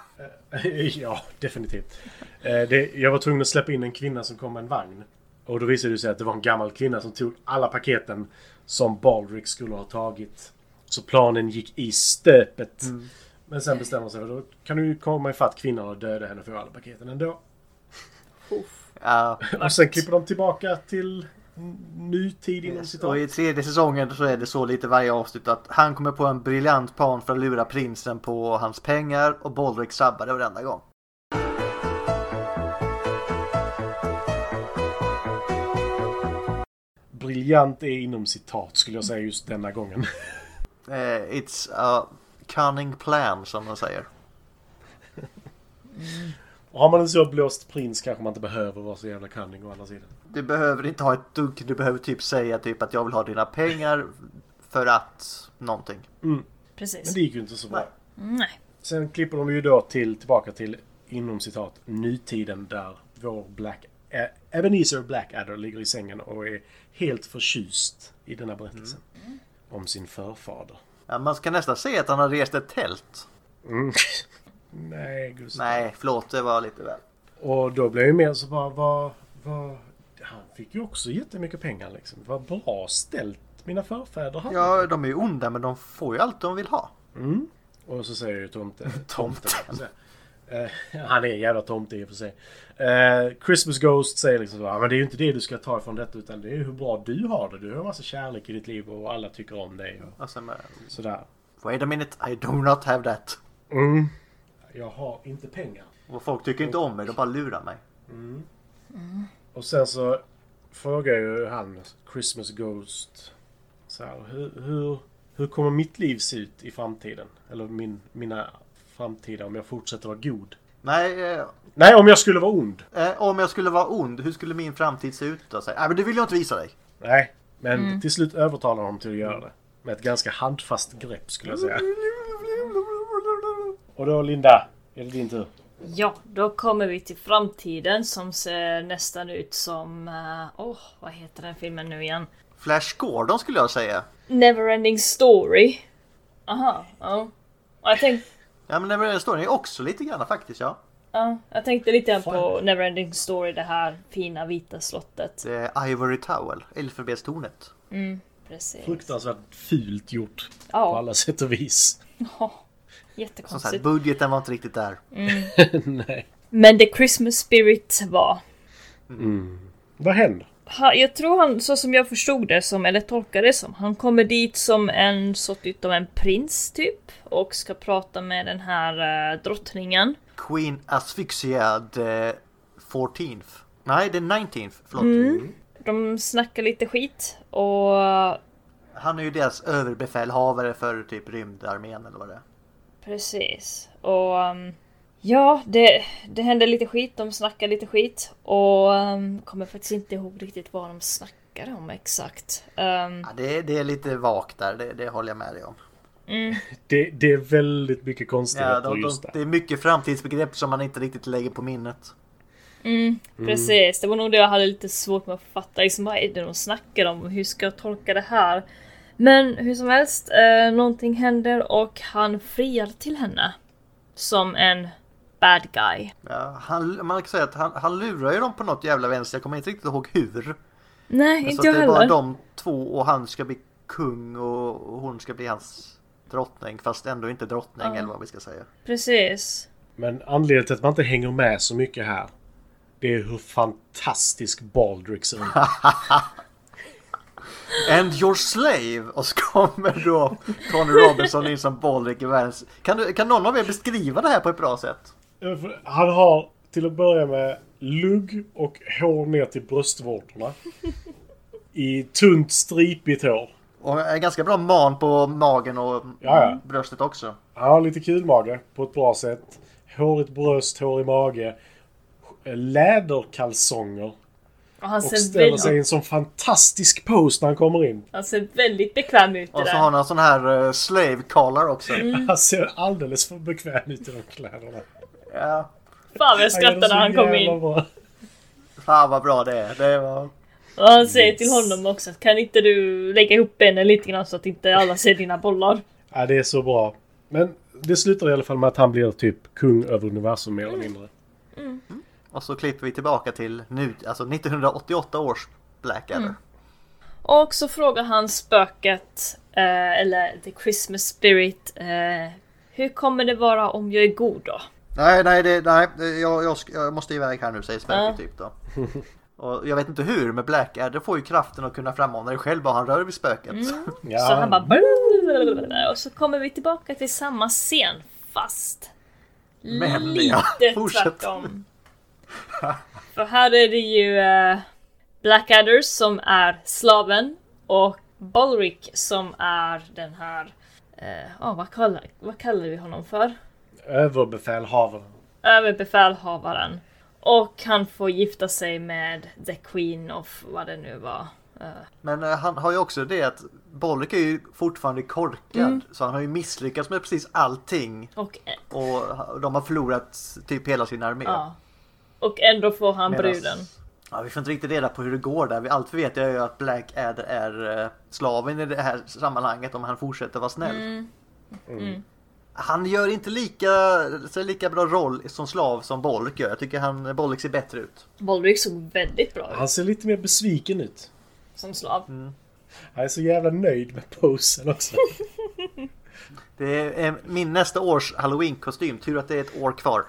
Speaker 2: säga.
Speaker 3: Ja, definitivt. Jag var tvungen att släppa in en kvinna som kom med en vagn. Och då visade det sig att det var en gammal kvinna som tog alla paketen som Baldrick skulle ha tagit. Så planen gick i stöpet. Men sen bestämmer sig för då kan du komma ifatt kvinnan och döda henne för alla paketen ändå. Och sen klipper de tillbaka till nutid inom citat.
Speaker 2: Och i 3:e säsongen så är det så lite varje avsnitt att han kommer på en briljant plan för att lura prinsen på hans pengar och Baldrick sabbar det varenda gång.
Speaker 3: briljant är inom citat skulle jag säga just denna gången.
Speaker 2: It's a cunning plan som de säger.
Speaker 3: Har man en så blåst prins kanske man inte behöver vara så jävla cunning å andra sidan.
Speaker 2: Du behöver inte ha ett dugg. Du behöver typ säga typ att jag vill ha dina pengar för att någonting.
Speaker 1: Precis.
Speaker 3: Men det gick ju inte så bra.
Speaker 1: Nej.
Speaker 3: Sen klipper de ju då tillbaka till inom citat nutiden där vår Ebenezer Blackadder ligger i sängen och är helt förtjust i denna berättelsen om sin förfader.
Speaker 2: Ja, man ska nästan se att han har rest ett tält.
Speaker 3: Nej, Gustav.
Speaker 2: Nej, förlåt, det var lite väl.
Speaker 3: Och då blev ju mer så bara han fick ju också jättemycket pengar liksom. Vad bra ställt mina förfäder hade.
Speaker 2: Ja, de är ju onda men de får ju allt de vill ha.
Speaker 3: Och så säger ju tomten. Han är en jävla tomte i och för sig. Christmas Ghost säger liksom så, men det är ju inte det du ska ta ifrån detta utan det är hur bra du har det. Du har en massa kärlek i ditt liv och alla tycker om dig. Och sådär.
Speaker 2: Wait a minute, I do not have that.
Speaker 3: Jag har inte pengar.
Speaker 2: Och folk tycker inte om mig, de bara lurar mig.
Speaker 3: Och sen så frågar ju han Christmas Ghost så här, hur kommer mitt liv se ut i framtiden? Eller mina framtida om jag fortsätter vara god? Nej, om jag skulle vara ond.
Speaker 2: Om jag skulle vara ond, hur skulle min framtid se ut då? Men det vill jag inte visa dig.
Speaker 3: Nej, men till slut övertalar de till att göra det. Med ett ganska handfast grepp skulle jag säga. Och då Linda, är det din tur?
Speaker 1: Ja, då kommer vi till framtiden som ser nästan ut som... vad heter den filmen nu igen?
Speaker 2: Flash Gordon skulle jag säga.
Speaker 1: Neverending Story. Aha, ja. Och jag tänkte...
Speaker 2: Ja, men Neverending Story är också lite grann faktiskt, ja.
Speaker 1: Ja, jag tänkte lite grann på Neverending Story, det här fina vita slottet.
Speaker 2: Det är Ivory Tower, Elfenbenstornet.
Speaker 1: Precis.
Speaker 3: Fruktansvärt fult gjort på
Speaker 1: Ja.
Speaker 3: alla sätt och vis.
Speaker 1: Ja,
Speaker 2: Som
Speaker 1: jättekonstigt.
Speaker 2: sagt, budgeten var inte riktigt där.
Speaker 3: Nej.
Speaker 1: Men The Christmas Spirit var...
Speaker 3: Vad händer?
Speaker 1: Jag tror han, så som jag förstod det som, eller tolkade det som, han kommer dit som en sorts utav en prins typ och ska prata med den här drottningen.
Speaker 2: Queen Asphyxia the 14th. Nej, the 19th, förlåt.
Speaker 1: De snackar lite skit och...
Speaker 2: Han är ju deras överbefälhavare för typ rymdarmén eller vad det är.
Speaker 1: Precis. Och ja, det händer lite skit, de snackar lite skit och kommer faktiskt inte ihåg riktigt vad de snackar om exakt.
Speaker 2: Ja, det är lite vagt där, det håller jag med dig om.
Speaker 3: Det är väldigt mycket konstigheter just där.
Speaker 2: Det är mycket framtidsbegrepp som man inte riktigt lägger på minnet.
Speaker 1: Precis, det var nog det jag hade lite svårt med att fatta. Liksom, vad är det de snackar om? Hur ska jag tolka det här? Men hur som helst, någonting händer och han friar till henne. Som en bad guy.
Speaker 2: Ja, man kan säga att han lurar ju dem på något jävla vänster. Jag kommer inte riktigt ihåg hur.
Speaker 1: Nej,
Speaker 2: men
Speaker 1: inte
Speaker 2: så
Speaker 1: jag
Speaker 2: det är
Speaker 1: heller.
Speaker 2: bara de två och han ska bli kung och hon ska bli hans drottning. Fast ändå inte drottning eller vad vi ska säga.
Speaker 1: Precis.
Speaker 3: Men anledningen till att man inte hänger med så mycket här, det är hur fantastisk Baldrick ser ut.
Speaker 2: And your slave. Och så kommer då Tony Robinson in som Baldrick i världens... Kan någon av er beskriva det här på ett bra sätt?
Speaker 3: Han har till att börja med lugg och hår ner till bröstvårtorna. I tunt stripigt hår.
Speaker 2: Och en ganska bra man på magen och bröstet också.
Speaker 3: Han har lite kul mage på ett bra sätt. Hårigt bröst, hår i mage. Läderkalsonger.
Speaker 1: Och han
Speaker 3: Och
Speaker 1: ser
Speaker 3: ställer sig i en sån fantastisk pose när han kommer in.
Speaker 1: Han ser väldigt bekväm ut i
Speaker 2: Och så
Speaker 1: det.
Speaker 2: har han en sån här slave collar också.
Speaker 3: Han ser alldeles för bekväm ut i de kläderna.
Speaker 2: Ja.
Speaker 1: Fan vad jag skrattade när han kom in.
Speaker 3: Bra.
Speaker 2: Fan vad bra det är. Det var...
Speaker 1: Och han säger till honom också att kan inte du lägga ihop benen lite grann så att inte alla ser dina bollar.
Speaker 3: Ja, det är så bra. Men det slutar i alla fall med att han blir typ kung över universum mer eller mindre.
Speaker 2: Och så klipper vi tillbaka till nu, alltså 1988 års Blackadder.
Speaker 1: Och så frågar han spöket, eller The Christmas Spirit, hur kommer det vara om jag är god då?
Speaker 2: Jag måste iväg här nu, säger spöket typ då. Och jag vet inte hur, men Blackadder får ju kraften att kunna frammana det själv bara han rör vid spöket.
Speaker 3: Ja.
Speaker 1: Så han bara... Och så kommer vi tillbaka till samma scen, fast
Speaker 2: Men,
Speaker 1: lite
Speaker 2: fortsätt.
Speaker 1: tvärtom. För här är det ju Blackadder som är slaven och Bolrick som är den här... vad kallar vi honom för? Överbefälhavaren. Och han får gifta sig med The Queen of vad det nu var.
Speaker 2: Men han har ju också det att Bolrick är ju fortfarande korkad. Så han har ju misslyckats med precis allting. Och de har förlorat typ hela sin armé.
Speaker 1: Ja. Och ändå får han bruden.
Speaker 2: Ja, vi får inte riktigt reda på hur det går där. Allt vi vet är ju att Blackadder är slaven i det här sammanhanget om han fortsätter vara snäll. Han gör inte lika bra roll som slav som Bolrick gör. Jag tycker Bolrick ser bättre ut.
Speaker 1: Bolrick såg väldigt bra ut.
Speaker 3: Han ser lite mer besviken ut.
Speaker 1: Som slav.
Speaker 3: Han är så jävla nöjd med posen också.
Speaker 2: Det är min nästa års Halloween-kostym. Tur att det är ett år kvar.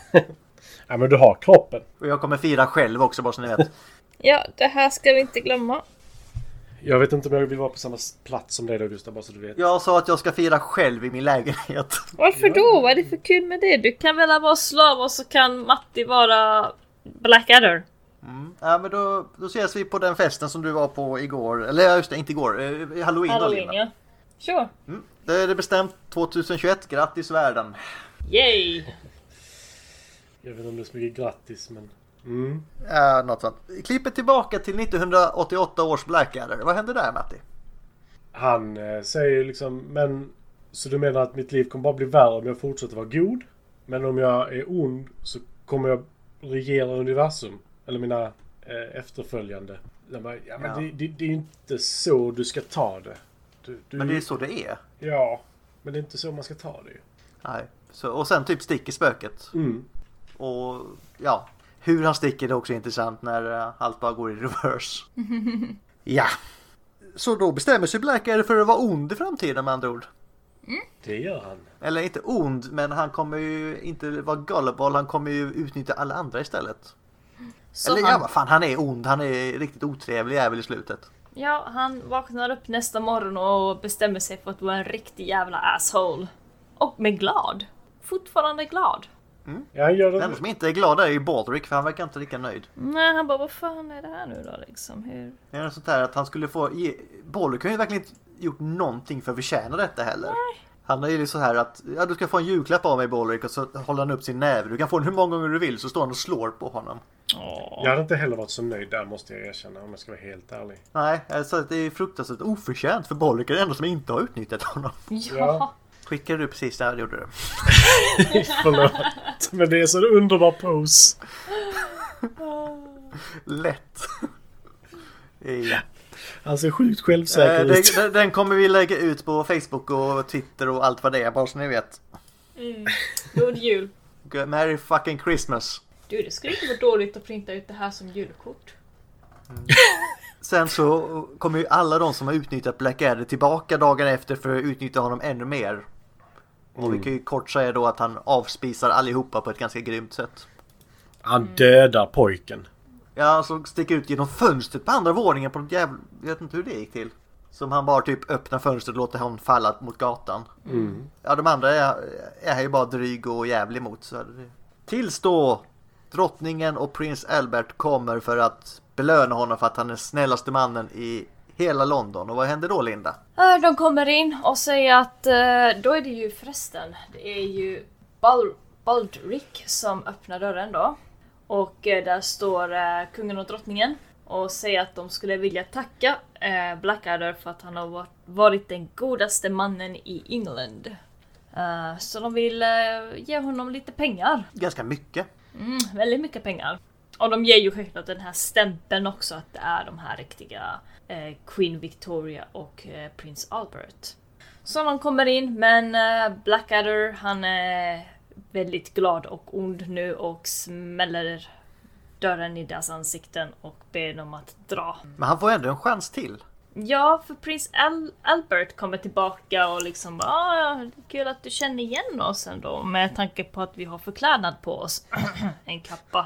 Speaker 3: Ja, men du har kroppen.
Speaker 2: Och jag kommer fira själv också, bara så ni vet.
Speaker 1: Ja, det här ska vi inte glömma.
Speaker 3: Jag vet inte om jag vill vara på samma plats som dig då, Gustav, bara så du vet.
Speaker 2: Jag sa att jag ska fira själv i min lägenhet.
Speaker 1: Varför då? Vad är det för kul med det? Du kan väl vara slav och så kan Matti vara Blackadder.
Speaker 2: Ja, men då ses vi på den festen som du var på igår. Eller just det, inte igår. Halloween,
Speaker 1: ja. Sure.
Speaker 2: Det är bestämt 2021. Grattis världen.
Speaker 1: Yay!
Speaker 3: Jag vet inte om det är så mycket grattis, men...
Speaker 2: Något sånt. Klippet tillbaka till 1988 års Blackadder. Vad hände där, Matti?
Speaker 3: Han säger liksom, men... Så du menar att mitt liv kommer bara bli värre om jag fortsätter vara god? Men om jag är ond så kommer jag regera universum? Eller mina efterföljande? Ja, men det är inte så du ska ta det.
Speaker 2: Men det är så det är.
Speaker 3: Ja, men det är inte så man ska ta det.
Speaker 2: Nej. Och sen typ sticker spöket. Och ja, hur han sticker är också intressant när allt bara går i reverse. Ja. Så då bestämmer sig Blackadder för att vara ond i framtiden med andra ord.
Speaker 3: Det gör han.
Speaker 2: Eller inte ond, men han kommer ju inte vara gullible. Han kommer ju utnyttja alla andra istället.
Speaker 1: Så
Speaker 2: eller vad fan, han är ond. Han är riktigt otrevlig jävel i slutet.
Speaker 1: Ja, han vaknar upp nästa morgon och bestämmer sig för att vara en riktig jävla asshole. Och med glad. Fortfarande glad.
Speaker 3: Ja, han gör det.
Speaker 2: Den som inte är glad är ju Bolrick, för han verkar inte lika nöjd.
Speaker 1: Nej, han bara, vad fan är det här nu då liksom? Hur?
Speaker 2: Det är sånt här att han skulle få... Bolrick har ju verkligen inte gjort någonting för att förtjäna detta heller. Nej. Han är ju så här att, ja, du ska få en julklapp av mig, Bolrick, och så håller han upp sin näve. Du kan få den hur många gånger du vill, så står han och slår på honom.
Speaker 3: Jag hade inte heller varit så nöjd där, måste jag erkänna, om jag ska vara helt ärlig.
Speaker 2: Nej, alltså det är fruktansvärt oförtjänt, för Bolrick är den enda som inte har utnyttjat honom.
Speaker 1: Ja.
Speaker 2: Skickade du precis där, gjorde du.
Speaker 3: Förlåt. Men det är så en underbar pose.
Speaker 2: Lätt. Ja.
Speaker 3: Han ser sjukt självsäker ut.
Speaker 2: Den kommer vi lägga ut på Facebook och Twitter och allt vad det är, bara så ni vet.
Speaker 1: God jul.
Speaker 2: Merry fucking Christmas.
Speaker 1: Du, det skulle inte vara dåligt att printa ut det här som julkort.
Speaker 2: Sen så kommer ju alla de som har utnyttjat Blackadder tillbaka dagen efter för att utnyttja honom ännu mer. Och vi kan ju kort säga då att han avspisar allihopa på ett ganska grymt sätt.
Speaker 3: Han dödar pojken.
Speaker 2: Ja, så sticker ut genom fönstret på andra våningen på något jävla... Jag vet inte hur det gick till. Som han bara typ öppnar fönstret och låter honom falla mot gatan. Ja, de andra är ju bara dryg och jävlig mot. Så tills då drottningen och prins Albert kommer för att belöna honom för att han är snällaste mannen i hela London. Och vad händer då, Linda?
Speaker 1: De kommer in och säger att då är det ju förresten, det är ju Baldrick som öppnar dörren då. Och där står kungen och drottningen och säger att de skulle vilja tacka Blackadder för att han har varit den godaste mannen i England. Så de vill ge honom lite pengar.
Speaker 2: Ganska mycket.
Speaker 1: Väldigt mycket pengar. Och de ger ju självklart den här stämpeln också att det är de här riktiga Queen Victoria och prins Albert. Så de kommer in, men Blackadder, han är väldigt glad och ond nu och smäller dörren i deras ansikten och ber dem att dra.
Speaker 2: Men han får ändå en chans till.
Speaker 1: Ja, för prins Albert kommer tillbaka och liksom det är kul att du känner igen oss ändå, med tanke på att vi har förklädnad på oss. En kappa.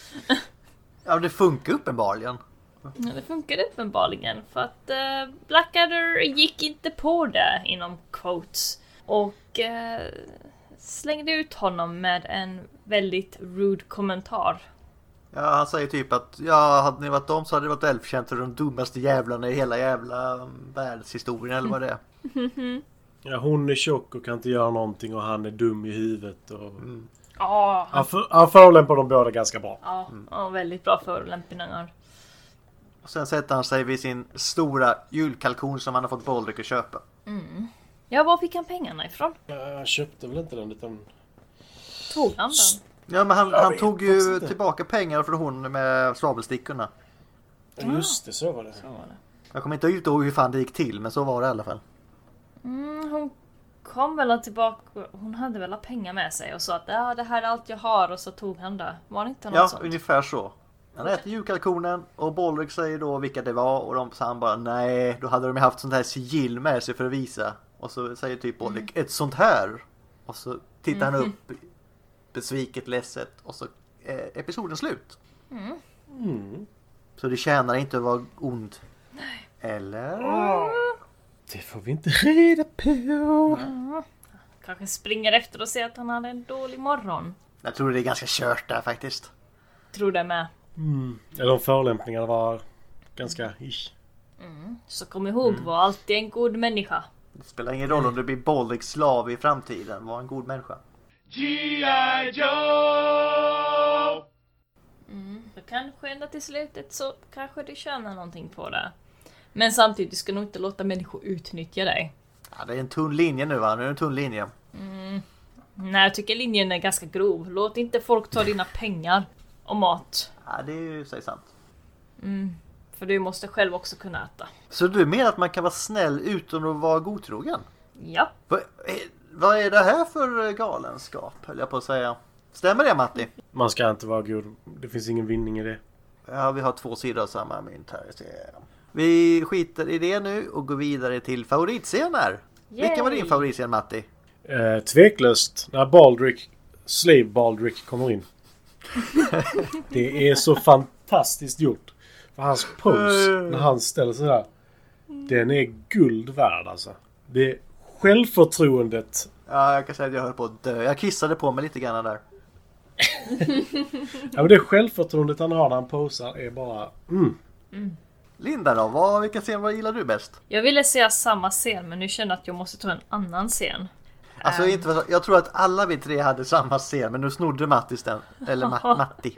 Speaker 2: Ja, det funkar uppenbarligen.
Speaker 1: Ja, det funkar uppenbarligen, för att Blackadder gick inte på det inom quotes och slängde ut honom med en väldigt rude kommentar.
Speaker 2: Ja, han säger typ att hade ni varit dem så hade det varit Elfkänt och de dummaste jävlarna i hela jävla världshistorien eller vad det är.
Speaker 3: Ja, hon är tjock och kan inte göra någonting och han är dum i huvudet. Och...
Speaker 1: Ja,
Speaker 3: Han förolämpar de båda ganska bra.
Speaker 1: ja, väldigt bra förolämpningar.
Speaker 2: Och sen sätter han sig vid sin stora julkalkon som han har fått Baldrick att köpa.
Speaker 1: Ja, var fick han pengarna ifrån?
Speaker 3: Han köpte väl inte den utan...
Speaker 1: Tog han den?
Speaker 2: Ja, men han
Speaker 3: vet
Speaker 2: tog
Speaker 3: faktiskt
Speaker 2: ju
Speaker 3: inte.
Speaker 2: tillbaka pengar från hon med svavelstickorna.
Speaker 3: Just det, så var det.
Speaker 2: Jag kommer inte ihåg hur fan det gick till, men så var det i alla fall.
Speaker 1: Hon kom väl tillbaka. Hon hade väl pengar med sig och sa att det här är allt jag har, och så tog han det. Var det inte något
Speaker 2: Ja,
Speaker 1: sånt?
Speaker 2: ungefär så. Han äter julkalkonen och Baldrick säger då vilka det var och de sa han bara nej, då hade de haft sånt här sigill med sig för att visa. Och så säger typ Baldrick ett sånt här. Och så tittar han upp besviket, ledset och så är episoden slut. Så det tjänar inte att vara ond. Nej. Eller?
Speaker 3: Det får vi inte reda på.
Speaker 1: Kanske springer efter och ser att han hade en dålig morgon.
Speaker 2: Jag tror det är ganska kört där faktiskt.
Speaker 1: Tror det med.
Speaker 3: Eller de förolämpningarna var ganska ish.
Speaker 1: Så kom ihåg, var alltid en god människa.
Speaker 2: Det spelar ingen roll om du blir Baldricks slav i framtiden. Var en god människa.
Speaker 6: G.I. Joe!
Speaker 1: Så kanske ända till slutet så kanske du tjänar någonting på det. Men samtidigt ska du nog inte låta människor utnyttja dig.
Speaker 2: Ja, det är en tunn linje nu va? Nu är det en tunn linje.
Speaker 1: Nej, jag tycker linjen är ganska grov. Låt inte folk ta dina pengar och mat.
Speaker 2: Ja, det är ju så sant.
Speaker 1: För du måste själv också kunna äta.
Speaker 2: Så du menar att man kan vara snäll utan att vara godtrogen?
Speaker 1: Ja.
Speaker 2: Vad är det här för galenskap, höll jag på att säga. Stämmer det, Matti?
Speaker 3: Man ska inte vara god. Det finns ingen vinning i det.
Speaker 2: Ja, vi har två sidor av samma mynt här. Vi skiter i det nu och går vidare till favoritscener. Vilken var din favoritscen, Matti?
Speaker 3: Tveklöst när Slave Baldrick kommer in. Det är så fantastiskt gjort. För hans pose när han ställer sig där, den är guld värd alltså. Det är självförtroendet.
Speaker 2: Ja, jag kan säga att jag höll på att dö. Jag kissade på mig lite grann där.
Speaker 3: Ja, men det självförtroendet han har när han posar är bara...
Speaker 2: Linda då, vilken scen gillar du bäst?
Speaker 1: Jag ville säga samma scen, men nu känner jag att jag måste ta en annan scen.
Speaker 2: Alltså jag tror att alla vi tre hade samma scen, men nu snodde Mattis den. Eller Matti.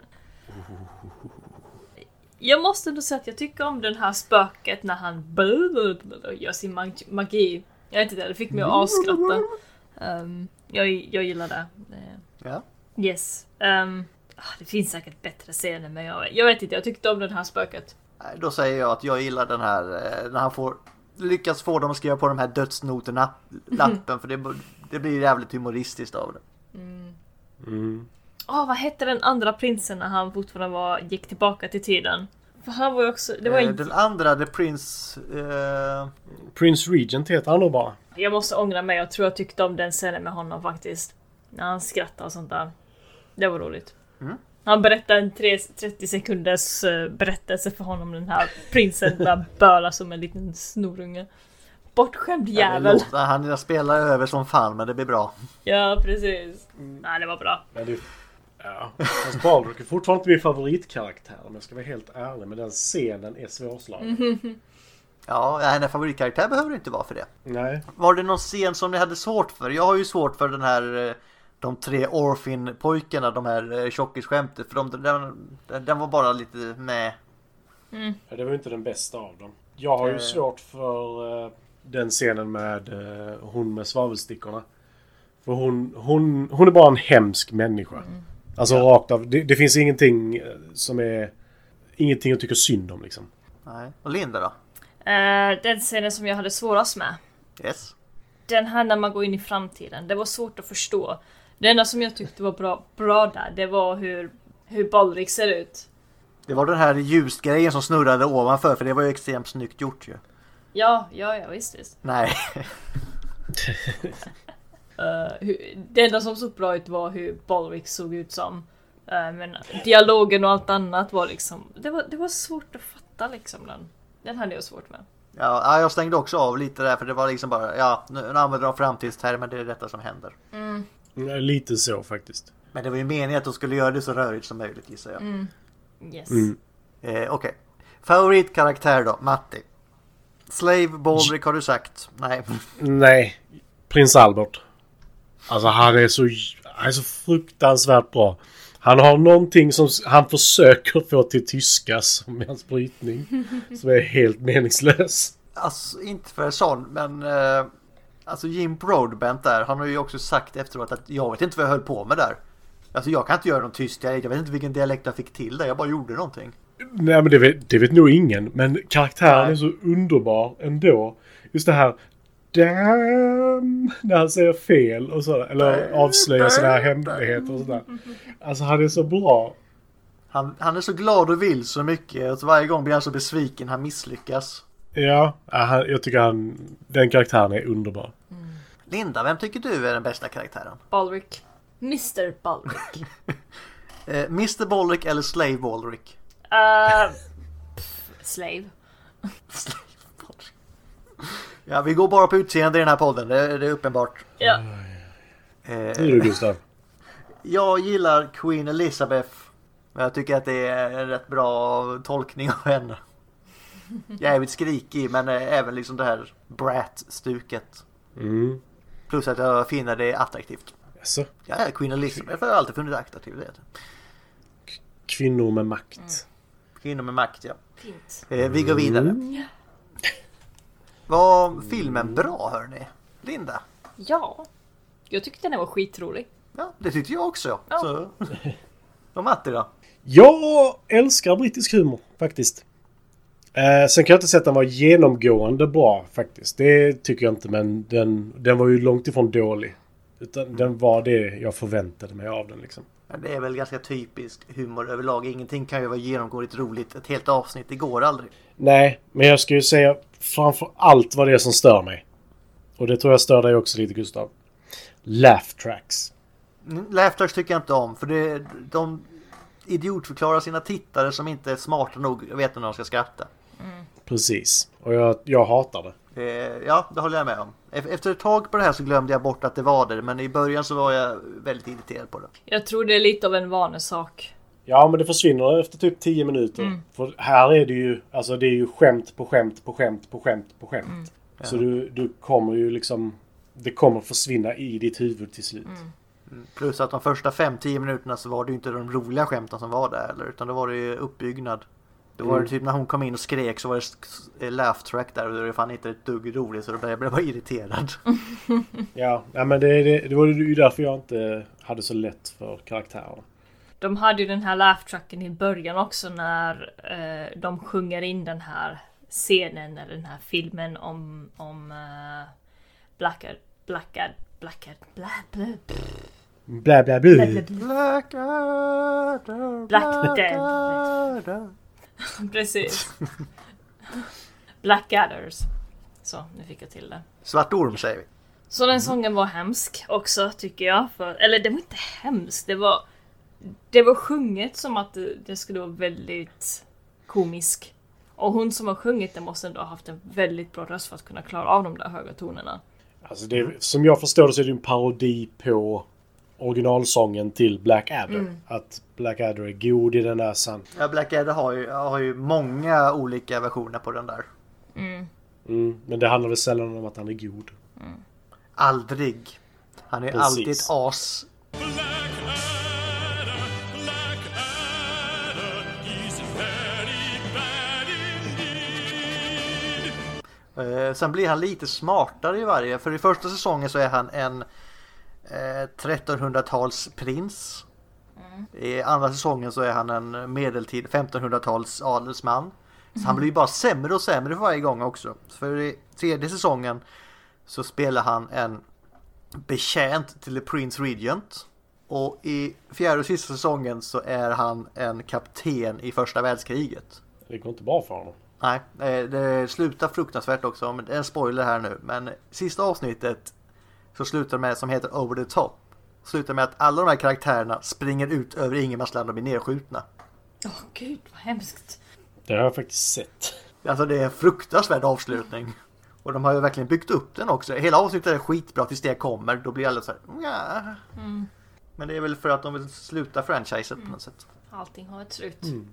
Speaker 1: Jag måste nog säga att jag tycker om den här spöket när han gör sin magi. Jag vet inte, det fick mig att avskratta. Jag gillar det.
Speaker 2: Ja.
Speaker 1: Yes. Det finns säkert bättre scener, men jag vet inte, jag tyckte om den här spöket.
Speaker 2: Då säger jag att jag gillar den här när han lyckas få dem att skriva på de här dödsnoterna lappen, för det blir jävligt humoristiskt av det.
Speaker 1: Vad hette den andra prinsen när han fortfarande gick tillbaka till tiden? För han var ju också... Det var
Speaker 2: Den andra, The Prince...
Speaker 3: Prince Regent heter han nog bara.
Speaker 1: Jag måste ångra mig, jag tror jag tyckte om den scenen med honom faktiskt. När han skrattade och sånt där. Det var roligt. Han berättade en 30 sekunders berättelse för honom, den här prinsen där bölar som en liten snorunge. Bortskämd jävel.
Speaker 2: Han spelar över som fan, men det blir bra.
Speaker 1: Ja, precis. Nej, det var bra.
Speaker 3: Ja. Hans Baldrick är fortfarande inte min favoritkaraktär, om jag ska vara helt ärlig, men den scenen är svårslagen.
Speaker 2: Ja, en favoritkaraktär behöver det inte vara för det.
Speaker 3: Nej.
Speaker 2: Var det någon scen som ni hade svårt för? Jag har ju svårt för den här... De 3 Orphin-pojkarna, de här tjockisskämtet, för den var bara lite med.
Speaker 3: Ja, det var inte den bästa av dem. Jag har ju svårt för den scenen med hon med svavelstickorna. För hon är bara en hemsk människa. Alltså rakt av. Det finns ingenting som är... Ingenting jag tycker synd om liksom.
Speaker 2: Nej. Och Linda då?
Speaker 1: Den scenen som jag hade svårast med.
Speaker 2: Yes.
Speaker 1: Den här när man går in i framtiden. Det var svårt att förstå. Det enda som jag tyckte var bra där, det var hur Baldrick ser ut.
Speaker 2: Det var den här ljusgrejen som snurrade ovanför, för det var ju extremt snyggt gjort ju.
Speaker 1: Ja, visst.
Speaker 2: Nej.
Speaker 1: Det enda som såg bra ut var hur Baldrick såg ut som. Men dialogen och allt annat var liksom... Det var svårt att fatta liksom den. Den hade jag svårt med.
Speaker 2: Ja, jag stängde också av lite där, för det var liksom bara... Nu använder de framtidstermer, det är detta som händer.
Speaker 3: Lite så faktiskt.
Speaker 2: Men det var ju meningen att de skulle göra det så rörigt som möjligt, gissar jag.
Speaker 1: Yes.
Speaker 2: Okej. Favoritkaraktär då, Matti? Slave Baldrick har du sagt. Nej.
Speaker 3: Nej, Prins Albert. Alltså han är så fruktansvärt bra. Han har någonting som han försöker få till tyska som är hans brytning. Som är helt meningslös.
Speaker 2: Alltså inte för sån, men alltså Jim Broadbent där, han har ju också sagt efteråt att jag vet inte vad jag höll på med där. Alltså jag kan inte göra någon tyst dialekt, jag vet inte vilken dialekt jag fick till där, jag bara gjorde någonting.
Speaker 3: Nej men det vet nog ingen, men karaktären är så underbar ändå. Just det här damn, när han säger fel och sådär, eller avslöjar sådana här hemligheter och sådär. Alltså han är så bra.
Speaker 2: Han är så glad och vill så mycket, och så varje gång blir han så besviken han misslyckas.
Speaker 3: Ja, jag tycker den karaktären är underbar.
Speaker 2: Linda, vem tycker du är den bästa karaktären?
Speaker 1: Baldrick. Mr. Baldrick.
Speaker 2: Mr. Baldrick eller Slave Baldrick?
Speaker 1: Slave.
Speaker 2: Slave Baldrick. Ja, vi går bara på utseende i den här podden, det är uppenbart.
Speaker 1: Ja.
Speaker 3: Det är du, Gustav.
Speaker 2: Jag gillar Queen Elizabeth. Jag tycker att det är en rätt bra tolkning av henne. Jävligt skrikig, men även liksom det här brat-stuket. Plus att jag finner det attraktivt.
Speaker 3: Alltså,
Speaker 2: Ja, Queen Elizabeth har jag alltid funnit attraktivitet.
Speaker 3: kvinnor med makt.
Speaker 2: Kvinnor med makt, ja.
Speaker 1: Fint.
Speaker 2: Vi går vidare. Var filmen bra, hörni? Linda?
Speaker 1: Ja. Jag tyckte den var skitrolig.
Speaker 2: Ja, det tyckte jag också.
Speaker 1: Ja.
Speaker 2: Så. Och Matti då?
Speaker 3: Jag älskar brittisk humor, faktiskt. Sen kan jag inte säga att den var genomgående bra, faktiskt. Det tycker jag inte, men den var ju långt ifrån dålig. Utan den var det jag förväntade mig av den, liksom.
Speaker 2: Ja, det är väl ganska typisk humor överlag. Ingenting kan ju vara genomgående roligt. Ett helt avsnitt, det går aldrig.
Speaker 3: Nej, men jag ska ju säga framför allt vad det är som stör mig. Och det tror jag stör dig också lite, Gustav. Laugh tracks.
Speaker 2: Laugh tracks tycker jag inte om. För de idiotförklarar sina tittare som inte är smarta nog och vet när de ska skratta.
Speaker 3: Precis. Och jag hatar det.
Speaker 2: Ja, det håller jag med om. Efter ett tag på det här så glömde jag bort att det var det. Men i början så var jag väldigt irriterad på det.
Speaker 1: Jag tror det är lite av en vanesak.
Speaker 3: Ja, men det försvinner efter typ 10 minuter. För här är det ju, alltså det är ju skämt på skämt på skämt på skämt på skämt. Så du kommer ju liksom, det kommer försvinna i ditt huvud till slut.
Speaker 2: Plus att de första 5-10 minuterna så var det ju inte de roliga skämten som var där. Utan det var det ju uppbyggnad. Då var det typ när hon kom in och skrek så var det laugh track där. Och det var fan inte ett dugg roligt så då blev jag bara irriterad.
Speaker 3: Ja, men det var ju därför jag inte hade så lätt för karaktärerna.
Speaker 1: De hade ju den här laugh tracken i början också när de sjunger in den här scenen eller den här filmen om Blackadder. Precis. Blackadders. Så, nu fick jag till det.
Speaker 2: Svart orm säger vi.
Speaker 1: Så den sången var hemsk också tycker jag. Eller det var inte hemskt. Det var sjunget som att det skulle vara väldigt komisk. Och hon som har sjungit det måste ändå ha haft en väldigt bra röst för att kunna klara av de där höga tonerna.
Speaker 3: Alltså som jag förstår det så är det en parodi på originalsången till Blackadder. Att Blackadder är god i den näsan.
Speaker 2: Ja, Blackadder har ju många olika versioner på den där.
Speaker 3: Men det handlar väl sällan om att han är god.
Speaker 2: Aldrig. Han är alltid ett as. Sen blir han lite smartare i varje. För i första säsongen så är han en 1300-tals prins. I andra säsongen så är han en medeltid 1500-tals adelsman. Så han blir ju bara sämre och sämre för varje gång också. För i tredje säsongen så spelar han en betjänt till The Prince Regent. Och i fjärde och sista säsongen så är han en kapten i första världskriget.
Speaker 3: Det går inte bra för honom.
Speaker 2: Nej, det slutar fruktansvärt också. Men det är en spoiler här nu. Men sista avsnittet så slutar med som heter Over the Top. Slutar med att alla de här karaktärerna springer ut över Ingemarslund och blir nedskjutna.
Speaker 1: Gud, vad hemskt.
Speaker 3: Det har jag faktiskt sett.
Speaker 2: Alltså det är en fruktansvärd avslutning. Och de har ju verkligen byggt upp den också. Hela avsnittet är skitbra tills det kommer. Då blir alla så här, ja. Men det är väl för att de vill sluta franchiset på något sätt.
Speaker 1: Allting har ett slut.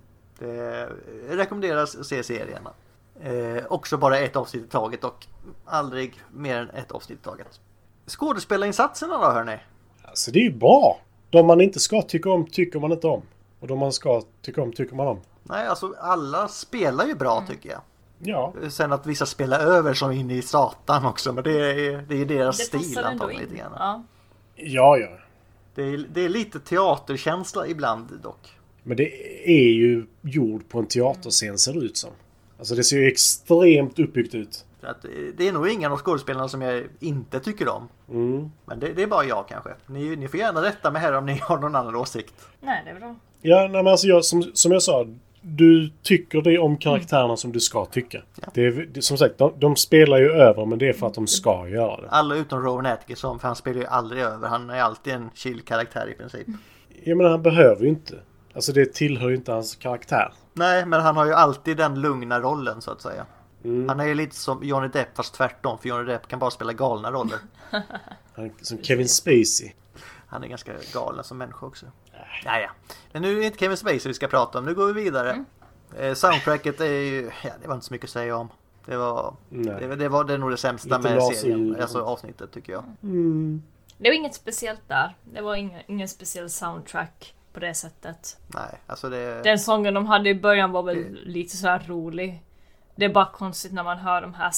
Speaker 2: Det rekommenderas att se serierna. Också bara ett avsnitt i taget och aldrig mer än ett avsnitt i taget. Skådespelarinsatserna då, hörni?
Speaker 3: Alltså det är ju bra. De man inte ska tycka om tycker man inte om. Och de man ska tycka om tycker man om.
Speaker 2: Nej, alltså alla spelar ju bra tycker jag.
Speaker 3: Ja.
Speaker 2: Sen att vissa spelar över som in i satan också, men det är deras stil antagligen lite grann.
Speaker 1: Ja.
Speaker 3: Ja.
Speaker 2: Det är lite teaterkänsla ibland dock.
Speaker 3: Men det är ju gjord på en teaterscen ser det ut som. Alltså det ser ju extremt uppbyggt ut.
Speaker 2: Att det är nog ingen av skådespelarna som jag inte tycker om. Men det är bara jag kanske. Ni får gärna rätta mig här om ni har någon annan åsikt.
Speaker 1: Nej, det är bra.
Speaker 3: Ja, nej, men alltså som jag sa, du tycker det om karaktärerna som du ska tycka.
Speaker 2: Ja.
Speaker 3: Det är, som sagt, de spelar ju över, men det är för att de ska göra det.
Speaker 2: Alla utom Rowan Atkinson, för han spelar ju aldrig över. Han är alltid en chill karaktär i princip.
Speaker 3: Jag menar, han behöver ju inte. Alltså det tillhör ju inte hans karaktär.
Speaker 2: Nej, men han har ju alltid den lugna rollen så att säga. Han är ju lite som Johnny Depp fast tvärtom. För Johnny Depp kan bara spela galna roller.
Speaker 3: Som Kevin Spacey.
Speaker 2: Han är ganska galen som människa också. Naja. Men nu är det inte Kevin Spacey vi ska prata om. Nu går vi vidare. Soundtracket är ju... Ja, det var inte så mycket att säga om. Det var nog det sämsta
Speaker 3: lite
Speaker 2: med serien. Alltså avsnittet tycker jag.
Speaker 1: Det var inget speciellt där. Det var ingen speciell soundtrack på det sättet.
Speaker 2: Nej, alltså det...
Speaker 1: Den sången de hade i början var väl lite så här rolig. Det är bara konstigt när man hör de här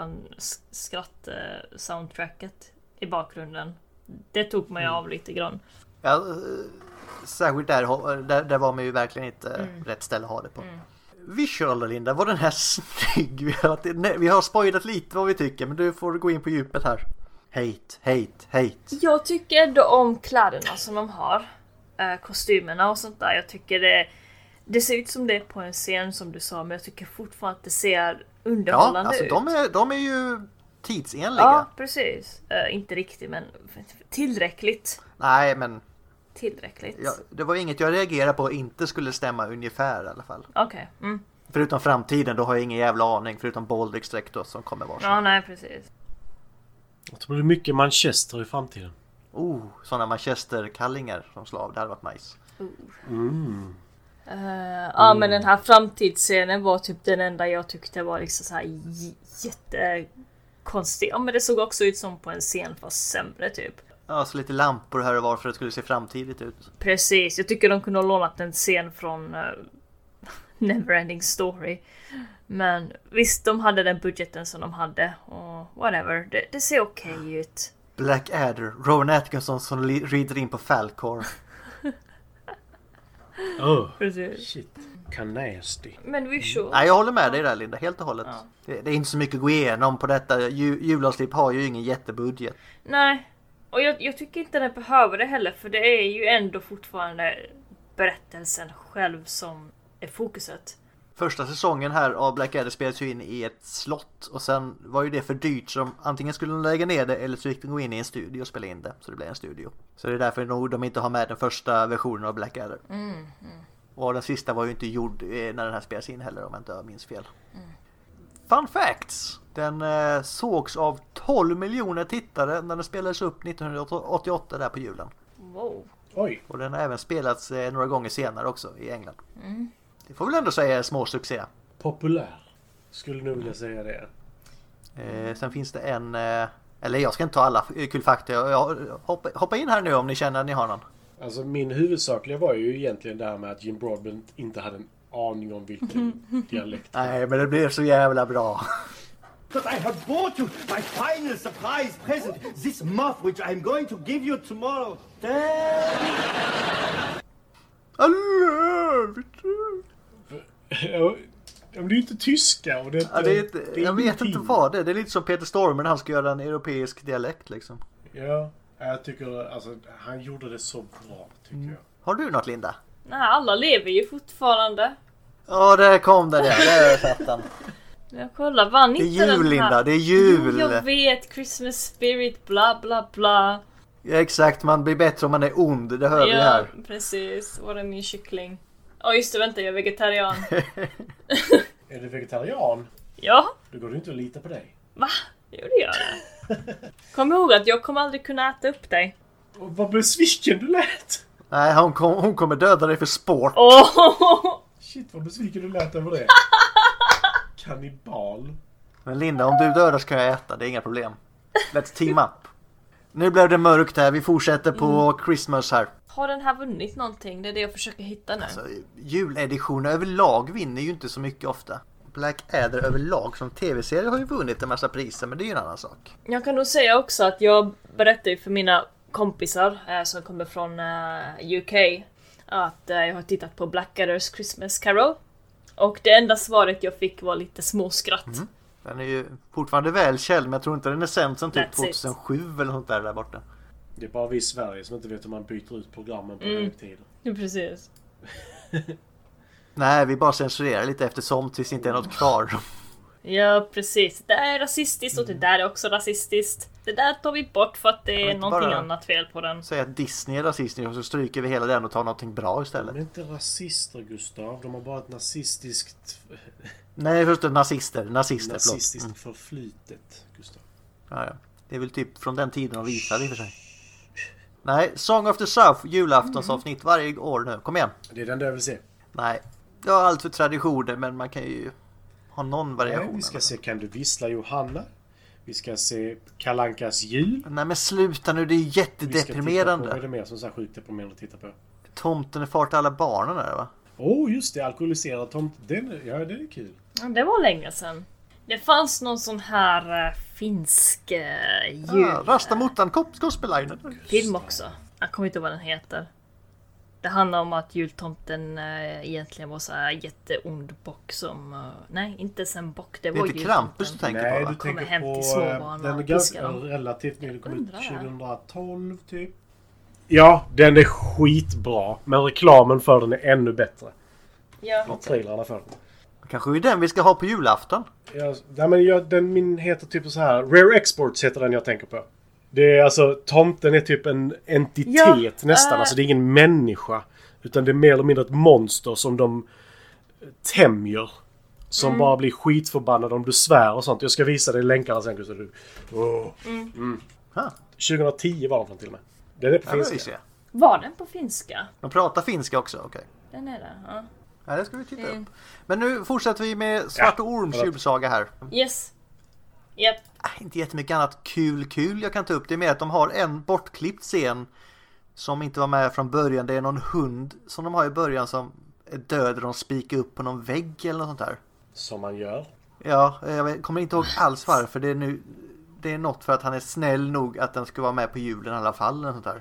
Speaker 1: skratt-soundtracket i bakgrunden. Det tog mig av lite grann.
Speaker 2: Ja, särskilt där var man ju verkligen inte rätt ställe att ha det på. Visual, Linda, var den här snygg? Vi har spoilat lite vad vi tycker, men du får gå in på djupet här. Hate.
Speaker 1: Jag tycker ändå om kläderna som de har. Kostymerna och sånt där. Jag tycker det ser ut som det är på en scen som du sa, men jag tycker fortfarande att det ser underhållande ut.
Speaker 2: De är ju tidsenliga.
Speaker 1: Ja, precis. Inte riktigt, men tillräckligt.
Speaker 2: Nej, men...
Speaker 1: Tillräckligt.
Speaker 2: Ja, det var inget jag reagerade på inte skulle stämma ungefär i alla fall.
Speaker 1: Okej.
Speaker 2: Förutom framtiden, då har jag ingen jävla aning. Förutom Baldrick då som kommer vara så.
Speaker 1: Ja, nej, precis.
Speaker 3: Jag tror det blir mycket Manchester i framtiden.
Speaker 2: Sådana Manchester-kallingar som slav. Det hade varit nice.
Speaker 1: Ja, men den här framtidsscenen var typ den enda jag tyckte var liksom så här jättekonstig. Ja, men det såg också ut som på en scen fast sämre typ.
Speaker 2: Ja, så lite lampor här och var för att det skulle se framtidigt ut.
Speaker 1: Precis, jag tycker de kunde ha lånat en scen från Neverending Story. Men visst, de hade den budgeten som de hade och whatever, det ser okej ut.
Speaker 2: Black Adder, Rowan Atkinson som rider in på Falcor.
Speaker 1: Precis.
Speaker 3: Shit. Nasty.
Speaker 1: Men visual.
Speaker 2: Nej, jag håller med dig där, Linda, helt och hållet. Ja. Det är inte så mycket att gå igenom på detta. Julavslipp har ju ingen jättebudget.
Speaker 1: Nej, och jag tycker inte den behöver det heller, för det är ju ändå fortfarande berättelsen själv som är fokuset.
Speaker 2: Första säsongen här av Black Adder spelades ju in i ett slott och sen var ju det för dyrt så antingen skulle de lägga ner det eller så gick de gå in i en studio och spela in det, så det blev en studio. Så det är därför de inte har med den första versionen av Black Adder. Och den sista var ju inte gjord när den här spelades in heller, om jag inte minns fel. Fun facts! Den sågs av 12 miljoner tittare när den spelades upp 1988 där på julen.
Speaker 1: Wow.
Speaker 3: Oj.
Speaker 2: Och den har även spelats några gånger senare också i England. Det får väl ändå säga små succé.
Speaker 3: Populär. Skulle nog vilja säga det.
Speaker 2: Sen finns det en... eller jag ska inte ta alla kul fakta. Hoppa in här nu om ni känner att ni har någon.
Speaker 3: Alltså min huvudsakliga var ju egentligen det här med att Jim Broadbent inte hade en aning om vilken dialekt.
Speaker 2: Nej, men det blev så jävla bra.
Speaker 6: But I have bought you my final surprise present. This muff which I'm going to give you tomorrow.
Speaker 2: I love it.
Speaker 3: Men det är ju inte tyska och det är
Speaker 2: jag vet inte vad det är. Det är lite som Peter Stormer när han ska göra en europeisk dialekt liksom.
Speaker 3: Ja, jag tycker alltså han gjorde det så bra tycker jag.
Speaker 2: Har du något, Linda?
Speaker 1: Nej, alla lever ju fortfarande.
Speaker 2: Ja, där kom den där. Där är fatten.
Speaker 1: Jag kollar, vann inte den här.
Speaker 2: Det är jul, Linda. Det är jul.
Speaker 1: Jo, jag vet. Christmas spirit, bla bla bla.
Speaker 2: Ja, exakt. Man blir bättre om man är ond. Det hör vi här.
Speaker 1: Ja, precis. Var är min kyckling? Just det, vänta. Jag är vegetarian.
Speaker 3: Är du vegetarian?
Speaker 1: Ja.
Speaker 3: Då går du inte att lita på dig.
Speaker 1: Va? Jo, det gör jag. Kom ihåg att jag kommer aldrig kunna äta upp dig.
Speaker 3: Och vad besviken du lät.
Speaker 2: Nej, hon kommer döda dig för sport.
Speaker 3: Shit vad besviken du lät över det. Kannibal.
Speaker 2: Men Linda, om du dödar så kan jag äta. Det är inga problem. Let's team up. Nu blev det mörkt här. Vi fortsätter på Christmas här.
Speaker 1: Har den här vunnit någonting? Det är det jag försöker hitta nu.
Speaker 2: Alltså, juleditioner överlag vinner ju inte så mycket ofta. Black Adder överlag som tv-serie har ju vunnit en massa priser, men det är ju en annan sak.
Speaker 1: Jag kan nog säga också att jag berättar ju för mina kompisar som kommer från UK att jag har tittat på Black Adders Christmas Carol. Och det enda svaret jag fick var lite småskratt.
Speaker 2: Den är ju fortfarande välkänd, men jag tror inte den är sänd sedan typ
Speaker 1: That's
Speaker 2: 2007 eller något där borta.
Speaker 3: Det är bara vi i Sverige som inte vet hur man byter ut programmen på högtider.
Speaker 1: Ja, precis.
Speaker 2: Nej, vi bara censurerar lite eftersom tills det inte är något kvar.
Speaker 1: Ja, precis. Det där är rasistiskt och det där är också rasistiskt. Det där tar vi bort för att det är
Speaker 2: inte
Speaker 1: någonting
Speaker 2: bara
Speaker 1: annat fel på den.
Speaker 2: Säg att Disney är rasistisk och så stryker vi hela den och tar någonting bra
Speaker 3: De
Speaker 2: istället.
Speaker 3: är inte rasister, Gustav. De har bara ett nazistiskt
Speaker 2: Nej, först nazister,
Speaker 3: förflytet, Gustav.
Speaker 2: Ja. Det är väl typ från den tiden de visade i och för sig. Nej, Song of the South, julaftonsavsnitt varje år nu. Kom igen.
Speaker 3: Det är den där jag vill se.
Speaker 2: Nej, jag har allt för traditioner, men man kan ju ha någon variation.
Speaker 3: Nej, vi ska se Kan du vissla Johanna? Vi ska se Kalankas jul.
Speaker 2: Nej, men sluta nu, det är
Speaker 3: Vi ska
Speaker 2: jättedeprimerande.
Speaker 3: titta på, vad är det mer som är så här sjukt deprimerande att titta på?
Speaker 2: Tomten är far till alla barnen är det, va?
Speaker 3: Just det, alkoholiserad tomt. Den är kul.
Speaker 1: Ja, det var länge sedan. Det fanns någon sån här finsk jul...
Speaker 2: Rasta mottan Kospelainen.
Speaker 1: film också. Jag kommer inte ihåg vad den heter. Det handlar om att jultomten egentligen var så här jätteond bock som... nej, inte sen bock. Det
Speaker 2: Det är
Speaker 1: var
Speaker 2: inte
Speaker 1: jultomten.
Speaker 2: Krampus du tänker
Speaker 3: Nej,
Speaker 2: på, va?
Speaker 3: du
Speaker 1: Kommer
Speaker 3: tänker
Speaker 1: hem
Speaker 3: på
Speaker 1: till småbarn
Speaker 3: den är
Speaker 1: och
Speaker 3: ganska
Speaker 1: piskar dem.
Speaker 3: relativt ny. Den kom ut
Speaker 1: Undrar jag.
Speaker 3: 2012 typ. Ja, den är skitbra. Men reklamen för den är ännu bättre.
Speaker 1: Ja.
Speaker 3: Och trailrarna för den.
Speaker 2: Kanske är den vi ska ha på julafton.
Speaker 3: Den min heter typ så här. Rare Exports heter den jag tänker på. Det är alltså, tomten är typ en entitet nästan. Alltså det är ingen människa. Utan det är mer eller mindre ett monster som de tämjer. Som bara blir skitförbannad om du svär och sånt. Jag ska visa dig länkarna sen. Så du... 2010 var den från till och med. Den är på finska.
Speaker 1: Var den på finska?
Speaker 2: De pratar finska också, okej.
Speaker 1: Den är det, ja.
Speaker 2: Ja, det ska vi titta upp. Men nu fortsätter vi med Svart och Orms julsaga här.
Speaker 1: Yes. Yep.
Speaker 2: Inte jättemycket annat kul jag kan ta upp. Det är mer att de har en bortklippt scen som inte var med från början. Det är någon hund som de har i början som är död och de spikar upp på någon vägg eller något sånt där.
Speaker 3: Som man gör.
Speaker 2: Ja, jag kommer inte ihåg alls varför. Det är något för att han är snäll nog att den ska vara med på julen i alla fall. Eller sånt där.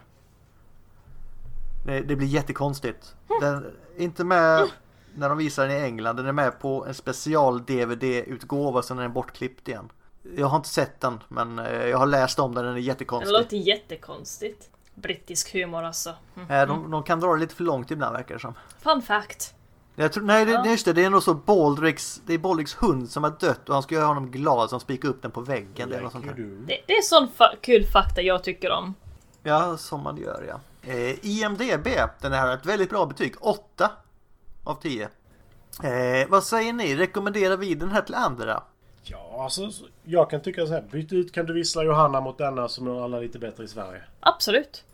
Speaker 2: Det blir jättekonstigt. Den är inte med när de visar den i England. Den är med på en special DVD-utgåva som den är bortklippt igen. Jag har inte sett den, men jag har läst om den är jättekonstig.
Speaker 1: Det låter jättekonstigt. Brittisk humor alltså.
Speaker 2: De kan dra det lite för långt ibland, verkar det som.
Speaker 1: Fun fact.
Speaker 2: Jag tror, just det är nog så det är Baldricks hund som har dött och han ska göra honom glad som spikar upp den på väggen. Det är något sånt här.
Speaker 1: Det är sån kul fakta jag tycker om.
Speaker 2: Ja, som man gör, ja. IMDB, den här har ett väldigt bra betyg. 8 av 10. Vad säger ni? Rekommenderar vi den här till andra?
Speaker 3: Ja, alltså jag kan tycka så här. Byt ut Kan du vissla Johanna mot denna som gör alla lite bättre i Sverige.
Speaker 1: Absolut.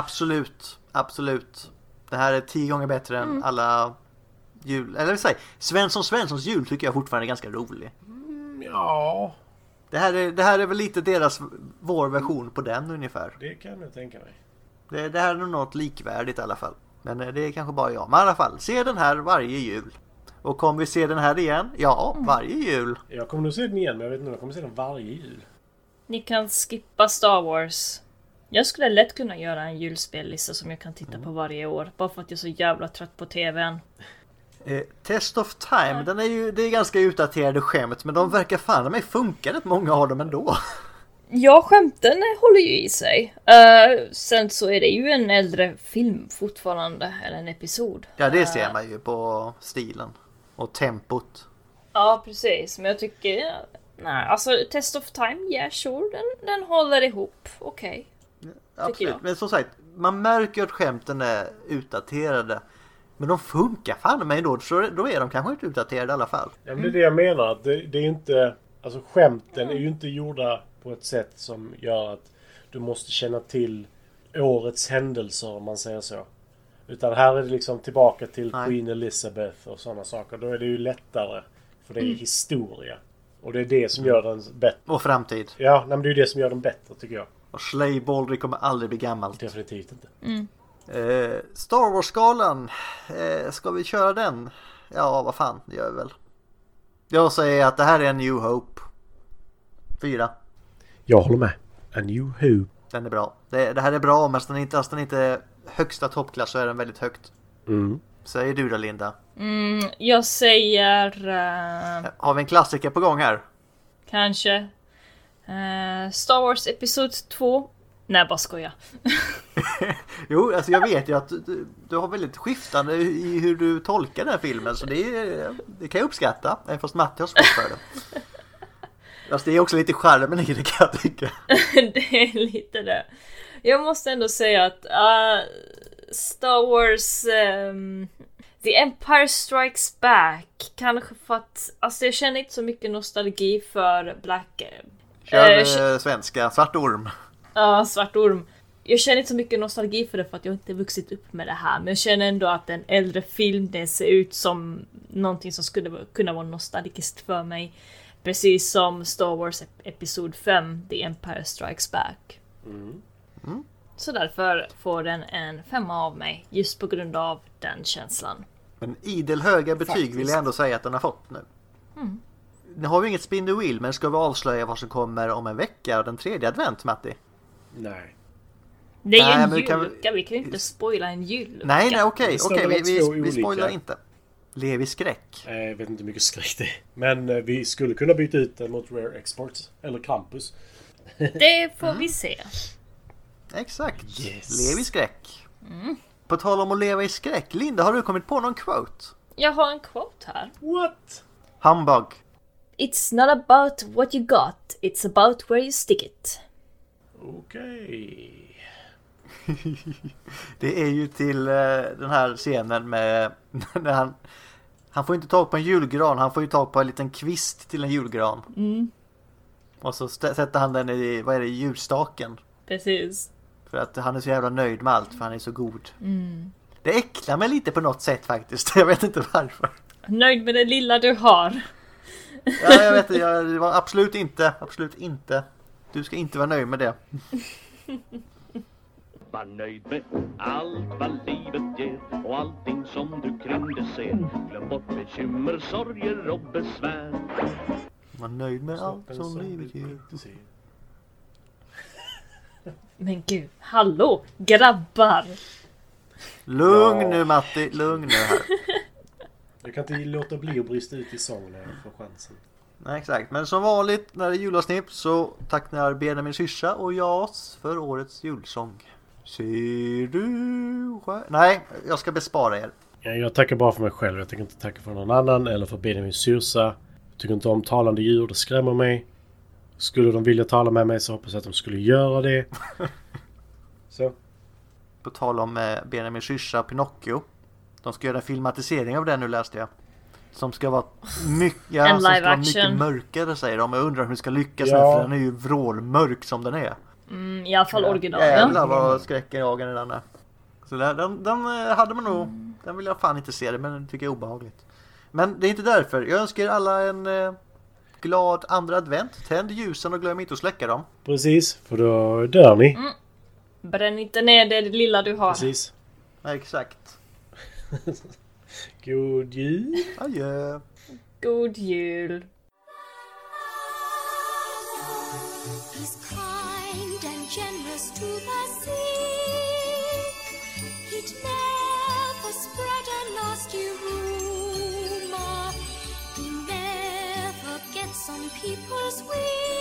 Speaker 2: Absolut. Det här är 10 gånger bättre än alla jul. Eller säg, Svenssons jul tycker jag fortfarande är ganska rolig.
Speaker 3: Ja.
Speaker 2: Det här är väl lite vår version på den ungefär.
Speaker 3: Det kan jag tänka mig.
Speaker 2: Det här är nog något likvärdigt i alla fall. Men det är kanske bara jag. Men i alla fall, se den här varje jul. Och kommer vi se den här igen? Ja, varje jul.
Speaker 3: Jag kommer nog se den igen, men jag vet inte om jag kommer se den varje jul.
Speaker 1: Ni kan skippa Star Wars. Jag skulle lätt kunna göra en julspellista som jag kan titta på varje år. Bara för att jag är så jävla trött på tvn.
Speaker 2: Test of Time, det är ganska utdaterade skämt. Men de verkar fan mig funka rätt månnga av dem ändå.
Speaker 1: Ja, skämten håller ju i sig. Sen så är det ju en äldre film fortfarande. Eller en episod.
Speaker 2: Ja, det ser man ju på stilen. Och tempot.
Speaker 1: Ja, precis. Men jag tycker... nej, alltså Test of Time, yeah, sure. Den håller ihop. Okej.
Speaker 2: Absolut, men som sagt, man märker att skämten är utdaterade. Men de funkar fan mig då. Så då är de kanske inte utdaterade i alla fall.
Speaker 3: Ja, men det är det jag menar. Att det är ju inte... Alltså skämten är ju inte gjorda på ett sätt som gör att du måste känna till årets händelser, om man säger så. Utan här är det liksom tillbaka till
Speaker 2: Nej.
Speaker 3: Queen Elizabeth och sådana saker. Då är det ju lättare. För det är historia. Och det är det som gör den bättre.
Speaker 2: Och framtid.
Speaker 3: Ja, nej, men det är ju det som gör den bättre tycker jag.
Speaker 2: Och Slave Baldry kommer aldrig bli gammalt.
Speaker 3: Definitivt inte.
Speaker 2: Star Wars-skalan. Ska vi köra den? Ja, vad fan, det gör vi väl. Jag säger att det här är en New Hope. 4.
Speaker 3: Jag håller med. A New Hope.
Speaker 2: Den är bra. Det här är bra, men den är inte högsta toppklass så är den väldigt högt. Säger du då, Linda?
Speaker 1: Jag säger...
Speaker 2: Har vi en klassiker på gång här?
Speaker 1: kanske... Star Wars Episod 2. Nej, bara skoja.
Speaker 2: Jo, alltså jag vet ju att du har väldigt skiftande i hur du tolkar den här filmen. Så det kan jag uppskatta. Även fast Matti har svårt för det. Alltså det är också lite charmen i det, kan jag tycka.
Speaker 1: Det är lite det. Jag måste ändå säga att Star Wars The Empire Strikes Back, kanske för att alltså jag känner inte så mycket nostalgi för Black
Speaker 2: Kör svenska, Svart Orm.
Speaker 1: Ja, Svart Orm. Jag känner inte så mycket nostalgi för det för att jag inte vuxit upp med det här, men jag känner ändå att en äldre film, det ser ut som någonting som skulle kunna vara nostalgiskt för mig. Precis som Star Wars Episod 5, The Empire Strikes Back. Så därför får den en 5 av mig, just på grund av den känslan.
Speaker 2: Men idel höga betyg vill jag ändå säga att den har fått nu. Nu har vi inget spin the wheel, men ska vi avslöja vad som kommer om en vecka, den 3:e advent, Matti?
Speaker 3: Nej.
Speaker 1: Det är ju
Speaker 2: Nej,
Speaker 1: en
Speaker 2: men
Speaker 1: jullucka, vi kan ju inte spoila en jullucka.
Speaker 2: Nej, okej,
Speaker 3: står väl
Speaker 2: vi
Speaker 3: olika.
Speaker 2: spoilar inte. Lev i skräck.
Speaker 3: Jag vet inte hur mycket skräck det är. Men vi skulle kunna byta ut den mot Rare Exports. Eller Campus.
Speaker 1: Det får vi se.
Speaker 2: Exakt.
Speaker 3: Yes.
Speaker 2: Lev i skräck. På tal om att leva i skräck, Linda, har du kommit på någon quote?
Speaker 1: Jag har en quote här.
Speaker 3: What?
Speaker 2: Humbug.
Speaker 1: It's not about what you got, it's about where you stick it.
Speaker 3: Okej.
Speaker 2: Det är ju till den här scenen med när han får inte tag på en julgran, han får ju tag på en liten kvist till en julgran. Och så sätter han den i, vad är det, julstaken.
Speaker 1: Precis.
Speaker 2: För att han är så jävla nöjd med allt, för han är så god. Det äcklar mig lite på något sätt faktiskt, jag vet inte varför.
Speaker 1: Nöjd med det lilla du har.
Speaker 2: Ja, jag vet, det var absolut inte. Du ska inte vara nöjd med det.
Speaker 7: Var nöjd med allt vad livet ger och allting som du kring det ser. Glöm bort bekymmer, sorger och besvär.
Speaker 2: Var nöjd med allt som livet ger.
Speaker 1: Men gud, hallå, grabbar.
Speaker 2: Lugn nu, Matti, lugn nu här.
Speaker 3: Jag kan inte låta bli att brista ut i sång när jag får chansen.
Speaker 2: Nej, exakt. Men som vanligt när det är julavsnitt så tackar Benjamin syrsa och jag för årets julsång. Ser du? Nej, jag ska bespara er.
Speaker 3: Jag tackar bara för mig själv. Jag tänker inte tacka för någon annan eller för Benjamin syrsa. Jag tycker inte om talande djur, det skrämmer mig. Skulle de vilja tala med mig så hoppas jag att de skulle göra det. Så.
Speaker 2: På tal om Benjamin syrsa och Pinocchio. De ska göra en filmatisering av den nu, läste jag. Som ska vara mycket, mycket mörkare, säger de. Jag undrar hur det ska lyckas med, för den är ju vrålmörk som den är.
Speaker 1: I alla fall original.
Speaker 2: Jävlar vad skräckenjagande den är. Så den hade man nog. Den vill jag fan inte se det, men den tycker jag är obehagligt. Men det är inte därför. Jag önskar alla en glad andra advent. Tänd ljusen och glöm inte att släcka dem.
Speaker 3: Precis, för då dör ni.
Speaker 1: Bränn inte ner det lilla du har.
Speaker 3: Precis.
Speaker 2: Ja, exakt.
Speaker 3: God jul.
Speaker 2: Adjö.
Speaker 1: God jul.
Speaker 8: He's kind and generous to the sick. He'd never spread a nasty rumor. He never gets on people's wings.